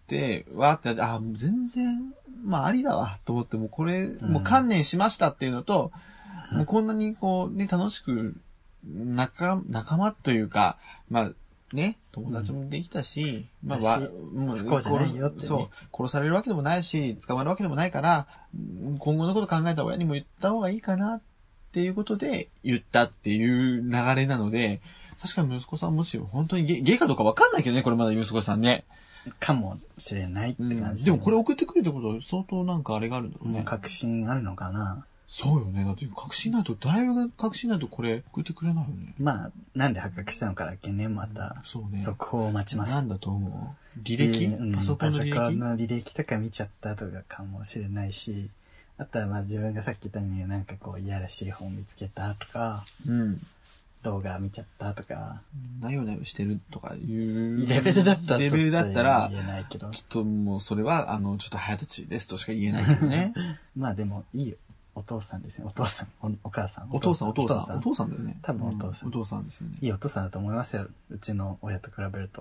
わーってなって、もう全然、まあありだわ、と思って、もうこれ、もう観念しましたっていうのと、もうこんなにこう、ね、楽しく、仲間というか、まあ、ね、友達もできたし、まあ、 もう不幸じゃないよって、ね。 そう、殺されるわけでもないし、捕まるわけでもないから、今後のこと考えた親にも言った方がいいかなっていうことで言ったっていう流れなので、確かに息子さんもし本当にゲイかどうかわかんないけどね、これまだ息子さんね。 かもしれないって感じ、 でもこれ送ってくるってことは相当なんかあれがあるんだろうね。 もう確信あるのかな。 そうよね。だって確信ないと、大学確信ないとこれ送ってくれないよね。 まあ、なんで発覚したのかだっけね、また。 そうね。 続報を待ちます。 なんだと思う？履歴、パソコンの履歴？ パソコンの履歴とか見ちゃったとかかもしれないし、あとはまあ自分がさっき言ったようになんかこう、いやらしい本見つけたとか、動画見ちゃったとか、 なよなよしてるとかいうレベルだったら、 言えないけど。 きっともうそれは、ちょっと早とちですとしか言えないけどね。 まあでもいいよ。お父さんですね。お父さん。お母さん。 お父さんだよね。 多分お父さん。 お父さんですよね。 いいお父さんだと思いますよ。うちの親と比べると。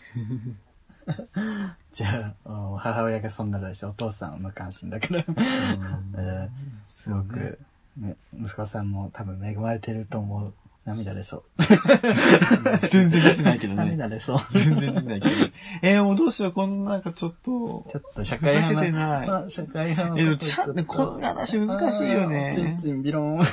じゃあ、母親がそんなだし、お父さんは無関心だから。すごく、ね、息子さんも多分恵まれてると思う。涙出そう。 全然出てないけどね。 涙出そう。 全然出てないけど。もうどうしよう、こんななんかちょっと社会派ふざけてない。 社会派の。 でもこの話難しいよね。 ちんちんビロン。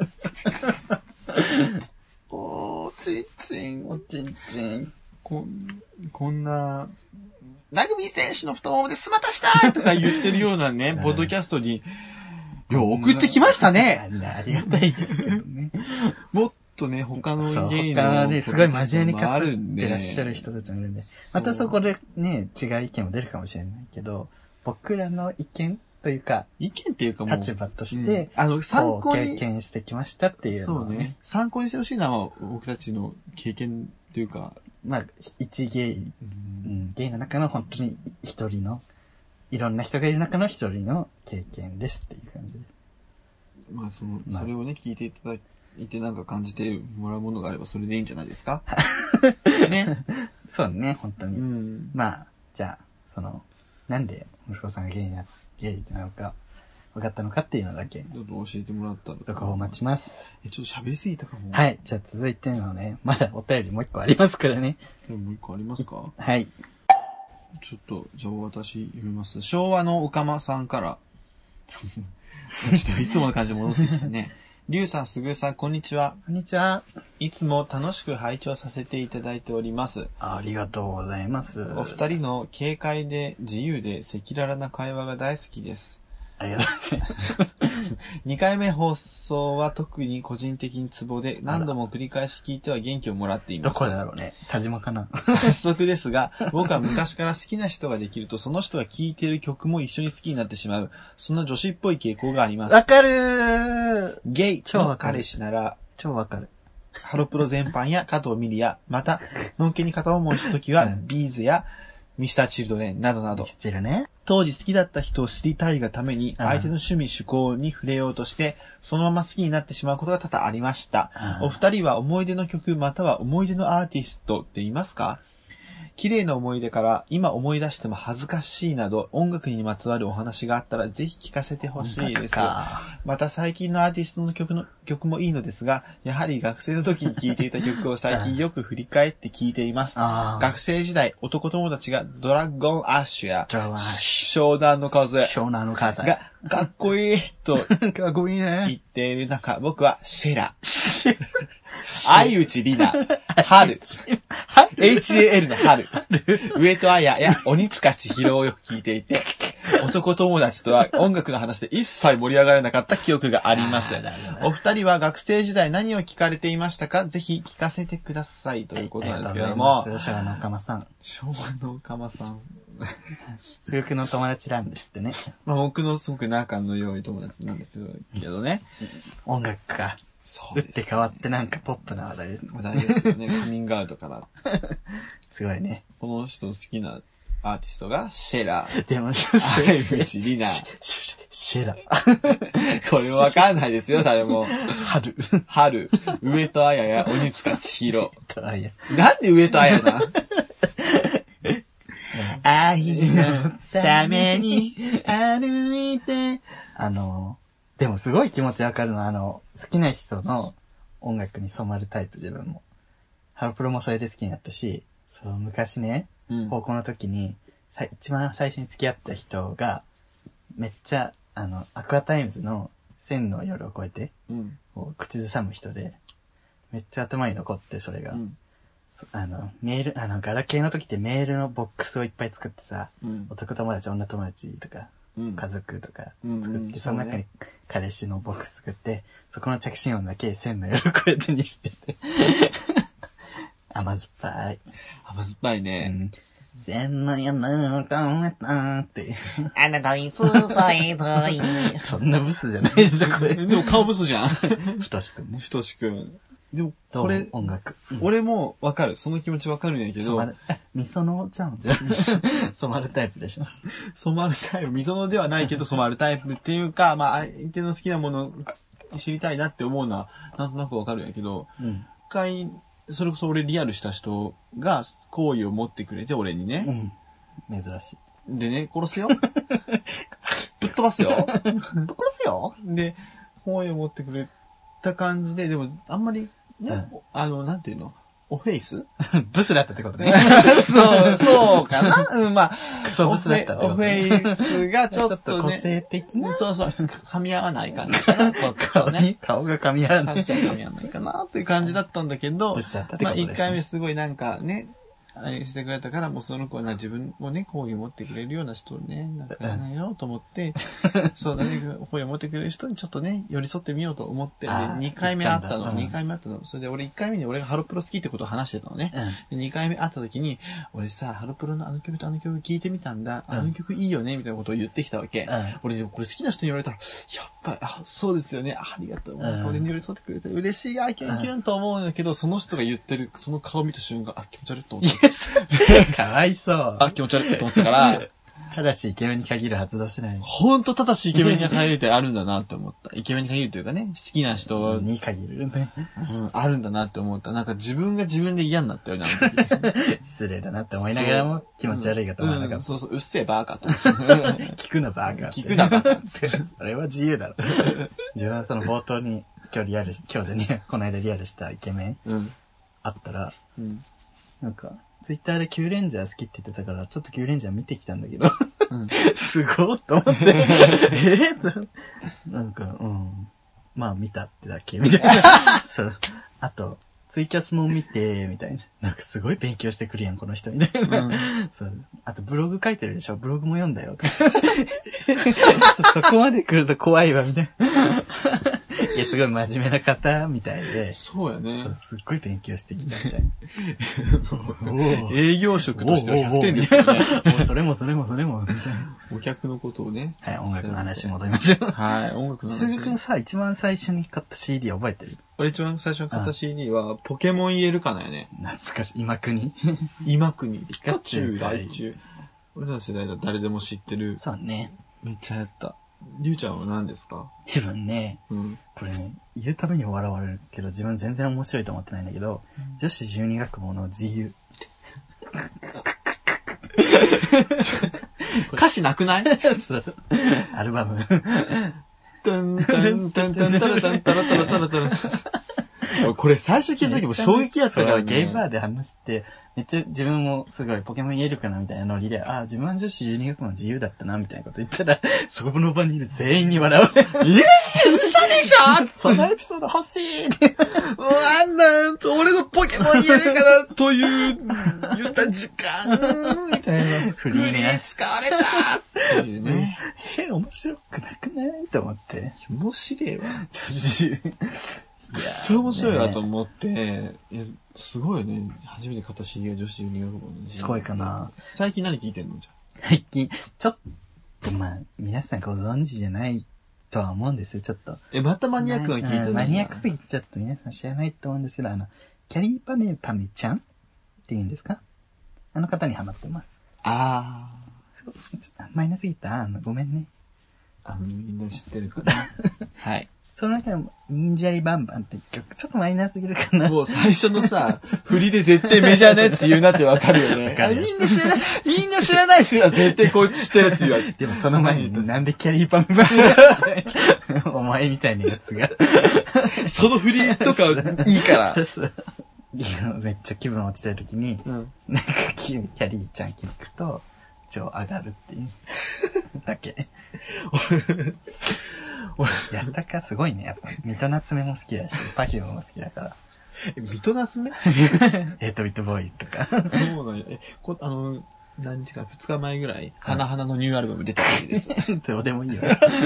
おちんちん。 おちんちん。 こんな、ラグビー選手の太ももでスマタしたいとか言ってるようなね、ポッドキャストに、送ってきましたね。 ありがたいですけどね。 もっとね、他のゲイの他ね、すごい真面目に語ってらっしゃる人たちもいるんで、またそこでね、違う意見も出るかもしれないけど、僕らの意見というか、 意見っていうかもう、 立場として、 参考に経験してきましたっていうのを、 そうね。参考にしてほしいのは、僕たちの経験というか、 まあ、一ゲイ、ゲイの中の本当に一人の、いろんな人がいる中の一人の経験ですっていう感じで。 まあそれをね、聞いていただいてなんか感じてもらうものがあればそれでいいんじゃないですかね。 そうね、本当に。まあ、じゃあ、なんで息子さんがゲイなのか、分かったのかっていうのだけ。 ちょっと教えてもらったら。 続報を待ちます。 ちょっと喋りすぎたかも。 はい。じゃあ続いてのね、まだお便りもう一個ありますからね。 もう一個ありますか？ はい。 ちょっと、じゃあ私読みます。昭和のおかまさんから。ちょっといつもの感じで戻ってきてね。りゅうさん、すぐるさん、こんにちは。 こんにちは。 いつも楽しく拝聴させていただいております。 ありがとうございます。 お二人の軽快で自由で赤裸々な会話が大好きです。 ありがとうございます。 2回目放送は特に個人的にツボで何度も繰り返し聞いては元気をもらっています。 どこだろうね。田島かな。 早速ですが、僕は昔から好きな人ができるとその人が聴いている曲も一緒に好きになってしまう、そんな女子っぽい傾向があります。 わかるー。 ゲイの彼氏なら、 超わかる。 ハロプロ全般や加藤ミリや、また、のんけに片思いした時は、ビーズや、ミスターチルドレンなどなど。 知ってるね。 当時好きだった人を知りたいがために、相手の趣味趣向に触れようとして、そのまま好きになってしまうことが多々ありました。お二人は思い出の曲または思い出のアーティストって言いますか？綺麗な思い出から今思い出しても恥ずかしいなど音楽にまつわるお話があったらぜひ聞かせてほしいです。また最近のアーティストの曲もいいのですが、やはり学生の時に聴いていた曲を最近よく振り返って聴いています。学生時代、男友達がドラゴンアッシュや湘南の風がかっこいいとかっこいいね言っている中、僕はシェラ、相内里奈、春、 HAL の春。上戸彩や鬼塚千尋をよく聞いていて、男友達とは音楽の話で一切盛り上がらなかった記憶があります。お二人は学生時代何を聞かれていましたか？ぜひ聞かせてください。ということなんですけれども。 昭和のおかまさん。 昭和のおかまさん。 すごくの友達なんですってね。 まあ僕のすごく仲の良い友達なんですけどね。 音楽か。 そうです。 打って変わってなんかポップな話題ですね。 話題ですよね。カミングアウトから。 すごいね。 この人好きなアーティストがシェラ。 でも、 相口里奈。 シェラ。 これわかんないですよ、誰も。 春。 上戸彩や鬼塚千尋。 なんで上戸彩な愛のために歩いて。 でもすごい気持ちわかるの。好きな人の音楽に染まるタイプ、自分も。ハロプロもそれで好きになったし、そう、昔ね、高校の時に、一番最初に付き合った人が、めっちゃ、アクアタイムズの千の夜を越えて、口ずさむ人で、めっちゃ頭に残って、それが。メール、ガラケーの時ってメールのボックスをいっぱい作ってさ、男友達、女友達とか、家族とか作って、その中に彼氏のボックス作って、そこの着信音だけ千の夜を越えてにしてて。甘酸っぱい。 甘酸っぱいね。 千の夜を越えたって。 あなたにすごい遠い。 そんなブスじゃないでしょ、これ。 でも顔ブスじゃん。 ふとしくんね。 ふとしくん。でも、これ、 音楽。 俺もわかる。その気持ちわかるんやけど。 みそのちゃんじゃん。染まるタイプでしょ。 染まるタイプ。みそのではないけど染まるタイプっていうか、まあ、相手の好きなものを知りたいなって思うのは、なんとなくわかるんやけど、一回、それこそ俺リアルした人が好意を持ってくれて、俺にね。 珍しい。 でね、殺すよ。ぶっ飛ばすよ。 ぶっ殺すよ。 で、好意を持ってくれた感じで、でも、あんまり、ね、なんていうの？オフェイスブスだったってことね。 そうかなまあ、 クソブスだったってことね。 オフェイスがちょっとね。 個性的な。 そう、噛み合わない感じかな。 顔が噛み合わない。 噛み合わないかなっていう感じだったんだけど、 ブスだったってことですね。 まあ、1回目すごいなんかね、あれしてくれたから、もうその子は自分もね、好意を持ってくれるような人をね、なんかやないよと思って、そうだね、好意を持ってくれる人にちょっとね、寄り添ってみようと思って、で、2回目会ったの。それで俺1回目に俺がハロプロ好きってことを話してたのね。で、2回目会った時に、俺さ、ハロプロのあの曲とあの曲聞いてみたんだ。あの曲いいよね、みたいなことを言ってきたわけ。俺でもこれ好きな人に言われたら、やっぱり、そうですよね、ありがとう。俺に寄り添ってくれて嬉しい、キュンキュンと思うんだけど、その人が言ってる、その顔見た瞬間、気持ち悪いと思って。 かわいそう。 気持ち悪いと思ったから、 ただしイケメンに限る発動してない。 ほんとただしイケメンに限るってあるんだなって思った。イケメンに限るというかね、好きな人に限るね。 あるんだなって思った。なんか自分が自分で嫌になったよね、あの時。失礼だなって思いながらも気持ち悪いかと思わなかった。 そう、うっせえバーカと思って。 聞くなバーカ。 聞くなバーカ。 それは自由だろ。自分はその冒頭に今日じゃねえ、この間リアルしたイケメンあったら、なんか、ツイッターでキューレンジャー好きって言ってたから、ちょっとキューレンジャー見てきたんだけど、すごーと思って、なんか、まあ見たってだけ、みたいな。そう。あと、ツイキャスも見て、みたいな。なんかすごい勉強してくるやん、この人、みたいな。そう。あとブログ書いてるでしょ、ブログも読んだよ。そこまで来ると怖いわ、みたいな。いや、すごい真面目な方みたいで。 そうやね。 すっごい勉強してきたみたいな。営業職としては100点ですよね。 それも、みたいな。 お客のことをね。 はい、音楽の話戻りましょう。 はい、音楽の話。 鈴木くんさ、一番最初に買った CD 覚えてる？ 俺一番最初に買った CD は、ポケモン言えるかなよね。 懐かしい。今国。 ピカチュウ、ライチュウ。俺らの世代だと誰でも知ってる。 そうね。 めっちゃやった。りゅうちゃんは何ですか？ 自分ね、これね、言うために笑われるけど、自分全然面白いと思ってないんだけど、女子12学部の自由。 歌詞なくない？ そう。アルバム。 タンタンタンタンタラタンタラタラタラタラ。これ最初聞いた時も衝撃やったからね。 ゲームバーで話して、めっちゃ自分もすごいポケモン言えるかなみたいなノリで、自分は女子12学の自由だったなみたいなこと言ったら、そこの場にいる全員に笑われる。 嘘でしょ？ そのエピソード欲しいって。 俺のポケも言えるかなという、言った時間、みたいな。 フリーに使われたっていうね。 面白くなくないと思って。 面白いわ。くっそ面白いなと思って、すごいよね。初めて買った CD が女子入学後の。 すごいかな。 最近何聞いてんのじゃ最近、ちょっと皆さんご存知じゃないとは思うんですよ、ちょっと。 またマニアックな聞いてるの？ マニアックすぎてちょっと皆さん知らないと思うんですけど、キャリーパメパメちゃんっていうんですか？あの方にハマってます。 あー。すごい、ちょっとマイナーすぎた。ごめんね。 みんな知ってるかな。はい。 その中でも、忍者リバンバンって曲、ちょっとマイナーすぎるかな。 もう最初のさ、振りで絶対メジャーなやつ言うなってわかるよね。みんな知らないっすよ。絶対こいつ知ってるやつ言うわ。 でもその前に、なんでキャリーパンパンお前みたいなやつが。 その振りとかいいから。 めっちゃ気分落ちてる時に、なんかキャリーちゃん聞くと、超上がるっていう。だけ。安高すごいね。やっぱ、水戸夏目も好きだし、パフュームも好きだから。 水戸夏目 8ビットボーイとか。 そうなんや。何日か、2日前ぐらい、花々のニューアルバム出た時です。 どうでもいいよ。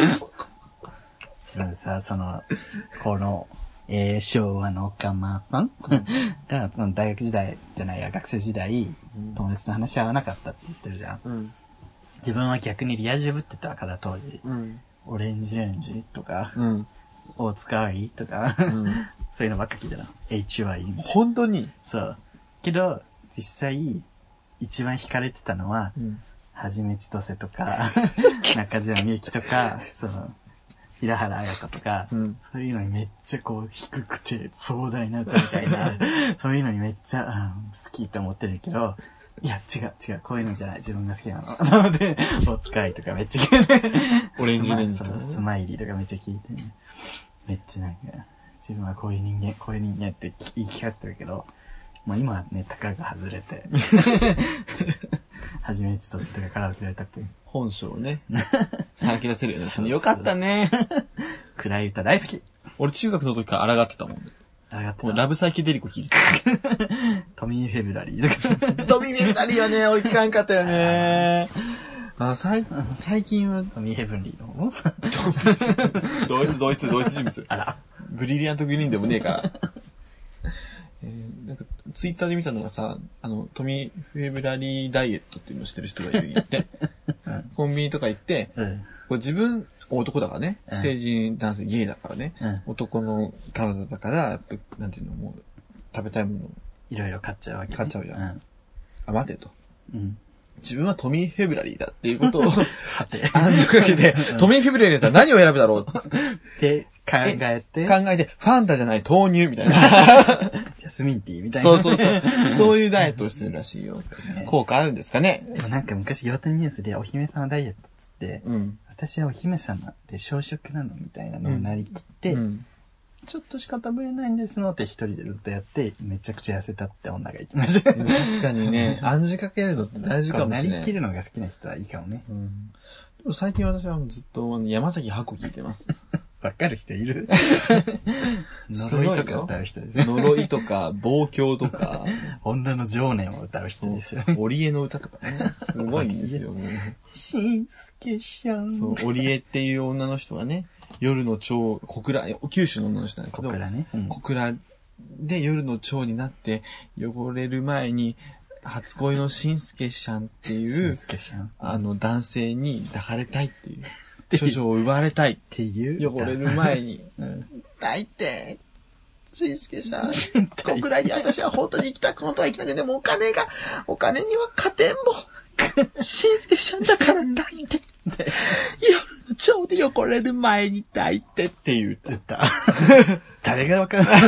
自分さ、この、昭和のおかまさんが、大学時代じゃないや、学生時代、友達と話し合わなかったって言ってるじゃん。うん、自分は逆にリア充ぶってたから、当時。オレンジレンジとか、大塚愛とか、そういうのばっか聞いてたの。HY みたいな。 本当に？ そう。けど、実際、一番惹かれてたのは、はじめちとせとか、中島みゆきとか、平原綾香とか、そういうのにめっちゃ低くて壮大な歌みたいな、そういうのにめっちゃ、好きって思ってるけど、いや、違う、こういうのじゃない、自分が好きなの。なので、大塚愛とかめっちゃ聞いて、 オレンジレンジとか、スマイリーとかめっちゃ聞いて、めっちゃなんか、自分はこういう人間って言い聞かせてるけど、もう今はね、たかが外れて、はじめちとせとかから忘れたっていう。 本性をね、さらけ出せるよね。よかったね。 暗い歌大好き。 俺中学の時から抗ってたもん。ラブサイケデリコ聞いてた。 トミー・フェブラリーとか。トミー・フェブラリーはね、俺聞かんかったよね。最近は。 トミー・フェブラリーのドイツ人物。 あら。 ブリリアント・グリーンでもねえから。なんか、ツイッターで見たのがさ、トミー・フェブラリーダイエットっていうのをしてる人がいるって。コンビニとか行って、これ自分、男だからね、成人男性、ゲイだからね、男の体だから、やっぱ、なんていうの、もう、食べたいものを。 いろいろ買っちゃうわけ、ね。 買っちゃうじゃん。待てと。自分はトミー・フェブラリーだっていうことを、暗示かけて、トミー・フェブラリーだったら何を選ぶだろうって考えて、 ファンタじゃない豆乳みたいな。 ジャスミンティーみたいな。 そう。そういうダイエットをしてるらしいよ。効果あるんですかね？ でもなんか昔、ヨータニュースでお姫様ダイエットっつって、私はお姫様で小食なのみたいなのをなりきって、ちょっとしか食べれないんですのって一人でずっとやって、めちゃくちゃ痩せたって女が言ってました。 確かにね、暗示かけるのって大事かもしれない。 なりきるのが好きな人はいいかもね。 でも最近私はずっと山崎箱聞いてます。 わかる人いる？呪いとか歌う人ですね。 呪いとか、望郷とか、 女の情念を歌う人ですよ。 織江の歌とかね。すごいんですよね。 しんすけしゃん。 そう、織江っていう女の人がね、夜の蝶、小倉、九州の女の人なんだけど、 小倉ね。 小倉で夜の蝶になって汚れる前に、初恋のしんすけしゃんっていう、男性に抱かれたいっていう。処女を奪われたいっていう。汚れる前に。抱いて、しんすけさん。小倉に私は本当に行きたくて、でもお金には勝てんもん。しんすけさんだから抱いて。夜の蝶で汚れる前に抱いてって言った。 誰がわかんない。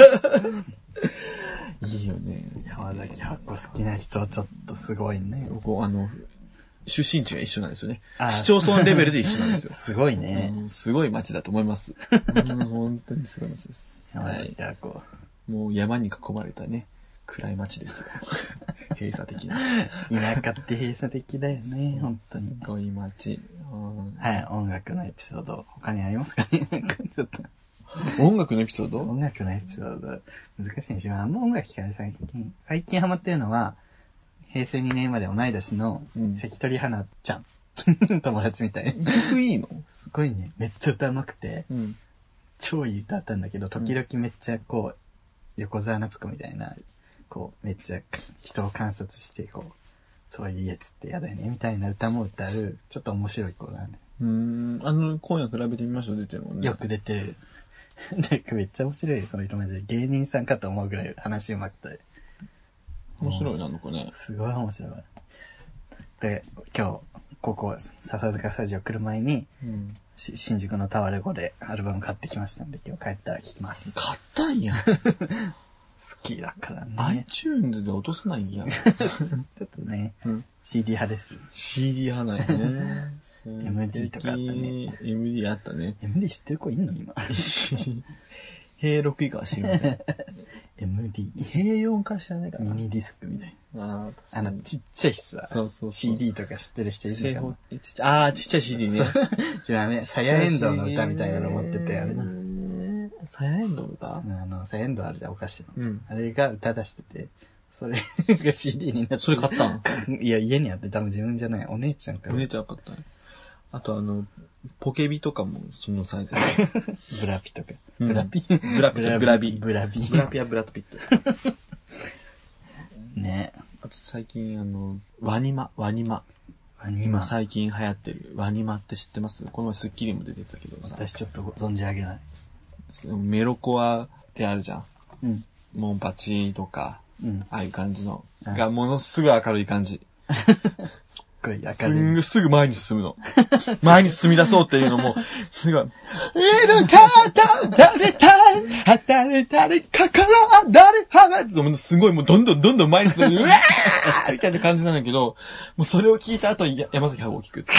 いいよね。 山崎箱好きな人ちょっとすごいね。 出身地が一緒なんですよね。市町村レベルで一緒なんですよ。 すごいね。 すごい街だと思います。本当にすごい街です。 山崎箱。 もう山に囲まれたね、暗い街ですよ。閉鎖的な。 田舎って閉鎖的だよね、本当に。 すごい街。 はい、音楽のエピソード、他にありますかね？ちょっと。 音楽のエピソード？ 音楽のエピソード。難しいんですよ。あんま音楽聞かない最近ハマってるのは、平成2年まで同い年の関取花ちゃん。友達みたい。 曲いいの？ すごいね。めっちゃ歌うまくて、超いい歌あったんだけど、時々めっちゃこう、横澤夏子みたいな、こう、めっちゃ人を観察して、こう、そういうやつってやだよね、みたいな歌も歌う、ちょっと面白い子だね。 今夜比べてみましょう、出てるもんね。 よく出てる。なんかめっちゃ面白いよ、その人マジで。芸人さんかと思うぐらい話うまくて。 面白いなのかね。 すごい面白い。で、今日、ここ、笹塚スタジオ来る前に、新宿のタワレコでアルバム買ってきましたんで、今日帰ったら聴きます。 買ったんや。 好きだからね。 iTunes で落とせないんや。 ちょっとね、CD 派です。 CD 派なんやね。 MD とかあったね。 MD あったね。 MD 知ってる子いんの今。 平6以下は知りません。 MD。 平4か知らないから。 ミニディスクみたいな。 ちっちゃいさ。 そうそう。 CD とか知ってる人いるのかな。 ちっちゃい CD ね。 違うね。サヤエンドウの歌みたいなの持ってて、あれな。 サヤエンドウの歌？ サヤエンドウあるじゃん、お菓子の。あれが歌出してて、それが CD になって。 それ買ったん？ いや、家にあって多分自分じゃない。お姉ちゃんから。 お姉ちゃん買ったね。あとポケビとかもそのサイズ。 ブラピとか。 ブラビ。ブラビ。 ブラビはブラッドピット。 ね。 あと最近ワニマ。今最近流行ってるワニマって知ってます？この前スッキリも出てたけどさ。 私ちょっと存じ上げない。 メロコアってあるじゃん。モンパチとか、ああいう感じの。がものすごい明るい感じ。 すっごい明るい。 すぐ前に進むの。前に進み出そうっていうのも、すごい。いるか誰た働いたりかから誰はまってすごいもうどんどん前に進む。うわーみたいな感じなんだけど、もうそれを聞いた後に山崎駿を聞くって。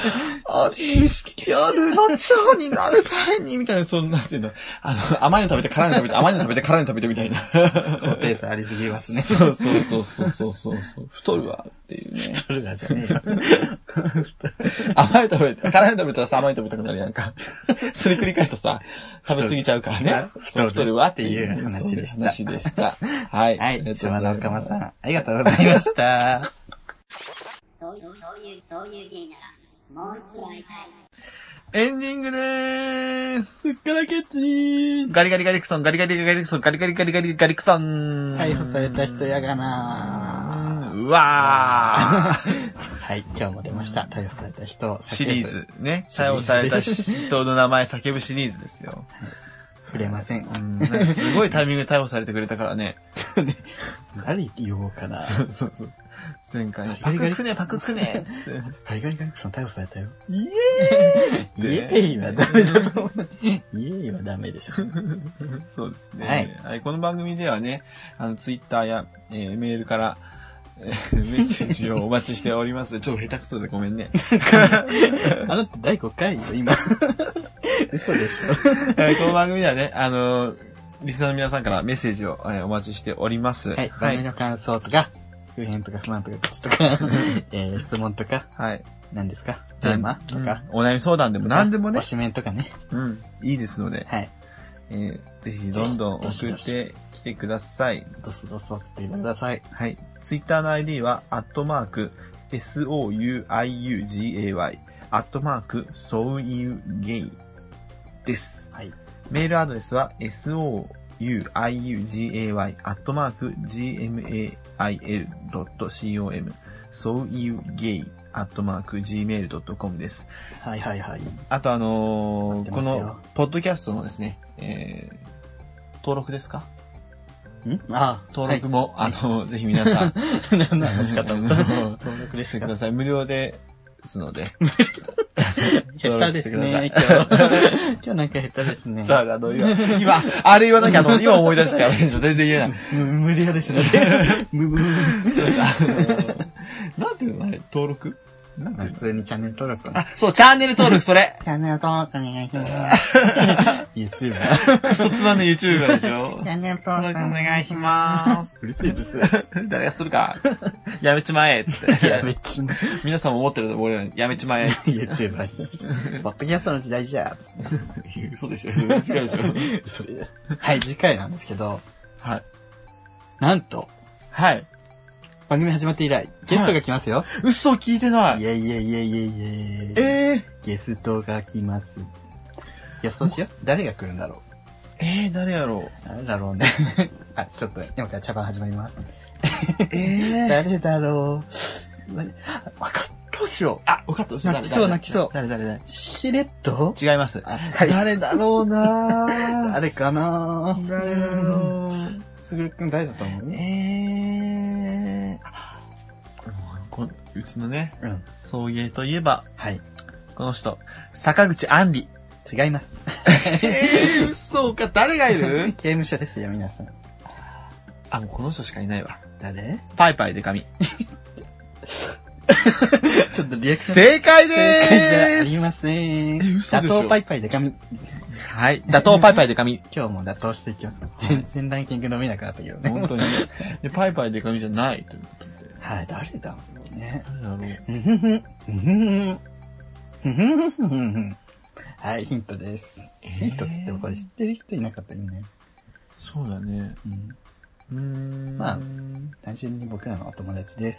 夜の蝶になる前にみたいな、そんなっていうの。甘いの食べて辛いの食べて、甘いの食べて辛いの食べてみたいな。 高低差ありすぎますね。 そう。太るわっていうね。 太るわじゃねえよ。 甘いの食べて、辛いの食べたらさ、甘いの食べたくなるやんか。それ繰り返すとさ、食べ過ぎちゃうからね。太るわっていう話でした。 はい。 はい。島田岡間さん、ありがとうございました。 そういう芸なら、もう一度会いたい。 エンディングでーす。すっからけっちー。ガリガリガリクソン、ガリガリガリクソン、ガリガリガリガリガリクソン。 逮捕された人やがなー。うわー。 はい、今日も出ました。逮捕された人。 シリーズ。ね。逮捕された人の名前叫ぶシリーズですよ。 触れません。 すごいタイミングで逮捕されてくれたからね。 そうね。誰言おうかな。 そう。前回のパククネって。 ガリガリガリクソン逮捕されたよ。 イエーイはダメだと思う。イエーイはダメです。 そうですね。はい。この番組ではね、ツイッターや、メールから、メッセージをお待ちしております。ちょっと下手くそでごめんね。 あなた第5回よ、今。嘘でしょ。 この番組ではね、リスナーの皆さんからメッセージをお待ちしております。 はい。番組の感想とか、不平とか不満とか、口とか、質問とか、 はい。 何ですかテーマとか、 お悩み相談でも何でもね。 推しメンとかね。 いいですので。 はい。 ぜひどんどん送ってきてください。 どすどそって言ってください。 はい。ツイッターの ID は、@souiugay、@sougay です。 はい。 メールアドレスは、souiugay@gmail.com、sougay@gmail.com です。 はい。 あとこの、ポッドキャストのですね、登録ですか？登録も、ぜひ皆さん、 何の話かと思った。登録してください。無料ですので。 下手ですね、今日なんか下手ですね。 じゃあ、今、あれ言わなきゃ今思い出したから、全然言えない。 無料ですね。 なんていうのあれ、登録なんか普通にチャンネル登録を。 あ、そう、チャンネル登録、それ。 チャンネル登録お願いします。YouTuber。 クソつまんの YouTuber でしょ。 チャンネル登録お願いします。 うるせえです。 誰がするか。やめちまえ、つって。 やめちまえ。 皆さんも思ってると思うよ。やめちまえ。 YouTuber に。ポッドキャストの時代じゃ。 嘘でしょ。違うでしょ。 それはい、次回なんですけど。 はい。 なんと。 はい。 番組始まって以来、ゲストが来ますよ。 嘘聞いてない。 いやいやいやいやいやゲストが来ます。いや、そうしよう。誰が来るんだろう。誰やろう。誰だろうね。あ、ちょっと、今から茶番始まります。誰だろう。わかった。どうしよう。 あ、わかった。 泣きそう泣きそう。 誰しれっと違います。誰だろうな誰かな誰だろう。 すぐるくん誰だと思ううちのね、 うん。 送迎といえば、 はい。 この人、坂口杏里。 違います。 嘘か、誰がいる刑務所ですよ、皆さん。 あ、もうこの人しかいないわ。 誰パイパイデカミ。 ちょっとリアクション。 正解でーす。 正解じゃありません。 嘘でしょ。 打倒パイパイデカミ。 はい。打倒パイパイデカミ。 今日も打倒していきます。全然ランキング伸びなくなったけどね。 本当に。で、パイパイデカミじゃないということで。 はい、誰だろうね。 誰だろう。 はい、ヒントです。ヒントつってもこれ知ってる人いなかったよね。 そうだね。 まあ、単純に僕らのお友達です。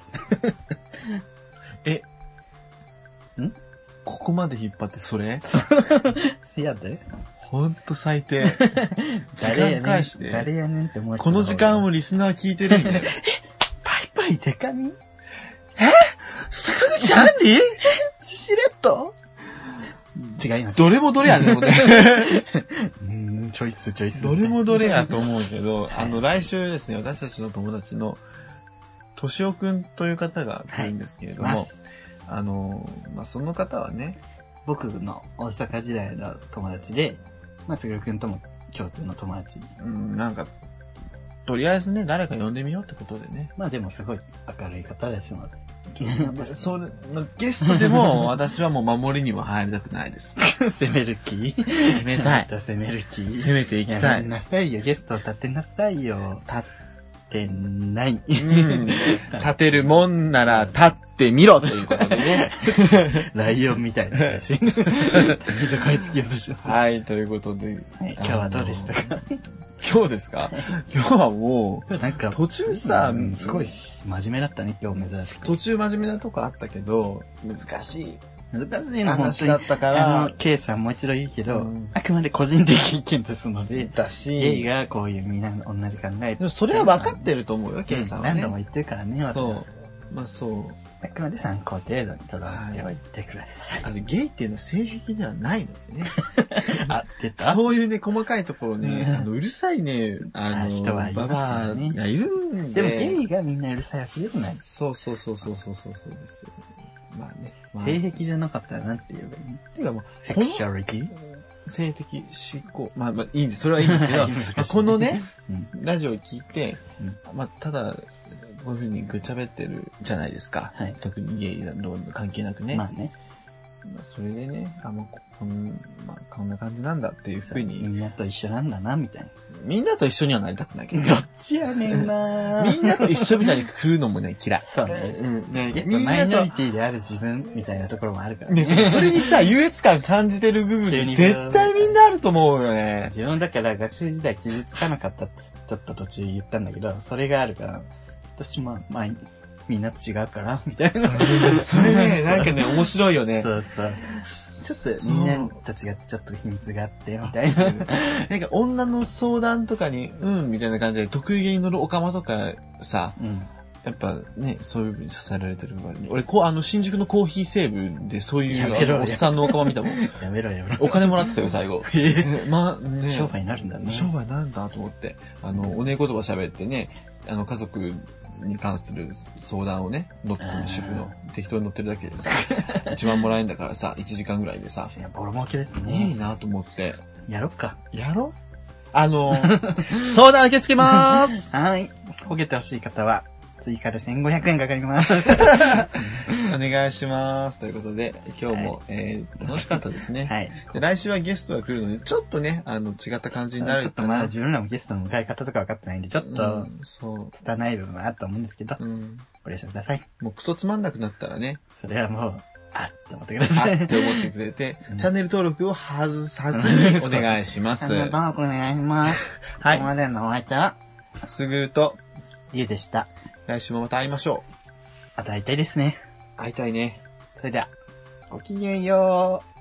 ここまで引っ張ってそれせやでほんと最低。時間返して。 誰やねんって思う。 この時間をリスナー聞いてるんだよ。 パイパイデカミ坂口杏里しれっと違います。 どれもどれやねん、 チョイス。 どれもどれやと思うけど、来週ですね、私たちの友達の、としおくんという方がいるんですけれども、その方はね、 僕の大阪時代の友達で、すぐるくんとも共通の友達。 なんか、とりあえずね、誰か呼んでみようってことでね。 でもすごい明るい方ですので。 ゲストでも私はもう守りにも入りたくないです。 攻める気攻めたい。 攻める気攻めていきたい。 やめなさいよ、ゲストを立てなさいよ。立ってない。 立てるもんなら立ってみろということでね。 ライオンみたいな写真。水買い付きようとします。 はい、ということで。 今日はどうでしたか？ 今日ですか？今日はもう、 なんか途中さ、 すごい真面目だったね、今日珍しく。 途中真面目なとこあったけど、難しい話だったから、 K さんもう一度言うけど、あくまで個人的意見ですので、ゲイがこういうみんな同じ考え。 でもそれは分かってると思うよ、K さんはね。 何度も言ってるからね、 そう。そう。 あくまで参考程度にとどめておいてください。 ゲイっていうのは性癖ではないのでね。 出た？ そういうね、細かいところね、うるさいね、 人はいますからね。 いるんでもゲイがみんなうるさいわけでもない。 そうですよ。まあね。 性癖じゃなかったらなんて言えばいいの？ てかもう、 セクシャリティ？ 性的思考。いいんです。それはいいんですけど、このね、ラジオを聞いて、ただ、こういう風にぐちゃべってるじゃないですか。はい、特にゲイの関係なくね。それでね、こんな感じなんだっていう風に。 みんなと一緒なんだな、みたいな。 みんなと一緒にはなりたくないけど。 どっちやねんなみんなと一緒みたいに食うのもね、嫌い。 そうね。みんなマイノリティである自分みたいなところもあるからね。それにさ、優越感感じてる部分絶対みんなあると思うよね。 自分だから学生時代傷つかなかったってちょっと途中言ったんだけど、それがあるから、私もみんなと違うから、みたいな。 それね、なんかね、面白いよね。 そう。ちょっとみんなと違ってちょっと秘密があって、みたいな。 なんか女の相談とかに、みたいな感じで、得意げに乗るオカマとかさ、やっぱね、そういう風に支えられてるからね。俺、新宿のコーヒーセーブでそういうおっさんのオカマ見たもん。 やめろ。 お金もらってたよ、最後。ね。 商売になるんだね。 商売なんだと思って。おねえ言葉喋ってね、家族に関する相談をね、乗ってたの主婦の適当に乗ってるだけでさ、1万もらえんだからさ、1時間ぐらいでさ、 ボロ儲けですね。 いいなと思って。 やろっか。 やろ相談受け付けまーす。 はい。ほげてほしい方は、 追加で1500円かかります。 お願いします。ということで、今日も、楽しかったですね。はい。で来週はゲストが来るので、ちょっとね、違った感じになるちょっとまだ自分らもゲストの迎え方とか分かってないんで、ちょっと、拙い部分はあると思うんですけど、ご了承ください。 もうクソつまんなくなったらね。 それはもう、って思ってください。 って思ってくれて、チャンネル登録を外さずにお願いします。 チャンネル登録お願いします。はい。ここまでのお相手は、 すぐると、 りゅうでした。 来週もまた会いましょう。 また会いたいですね。 会いたいね。 それでは、ごきげんよう。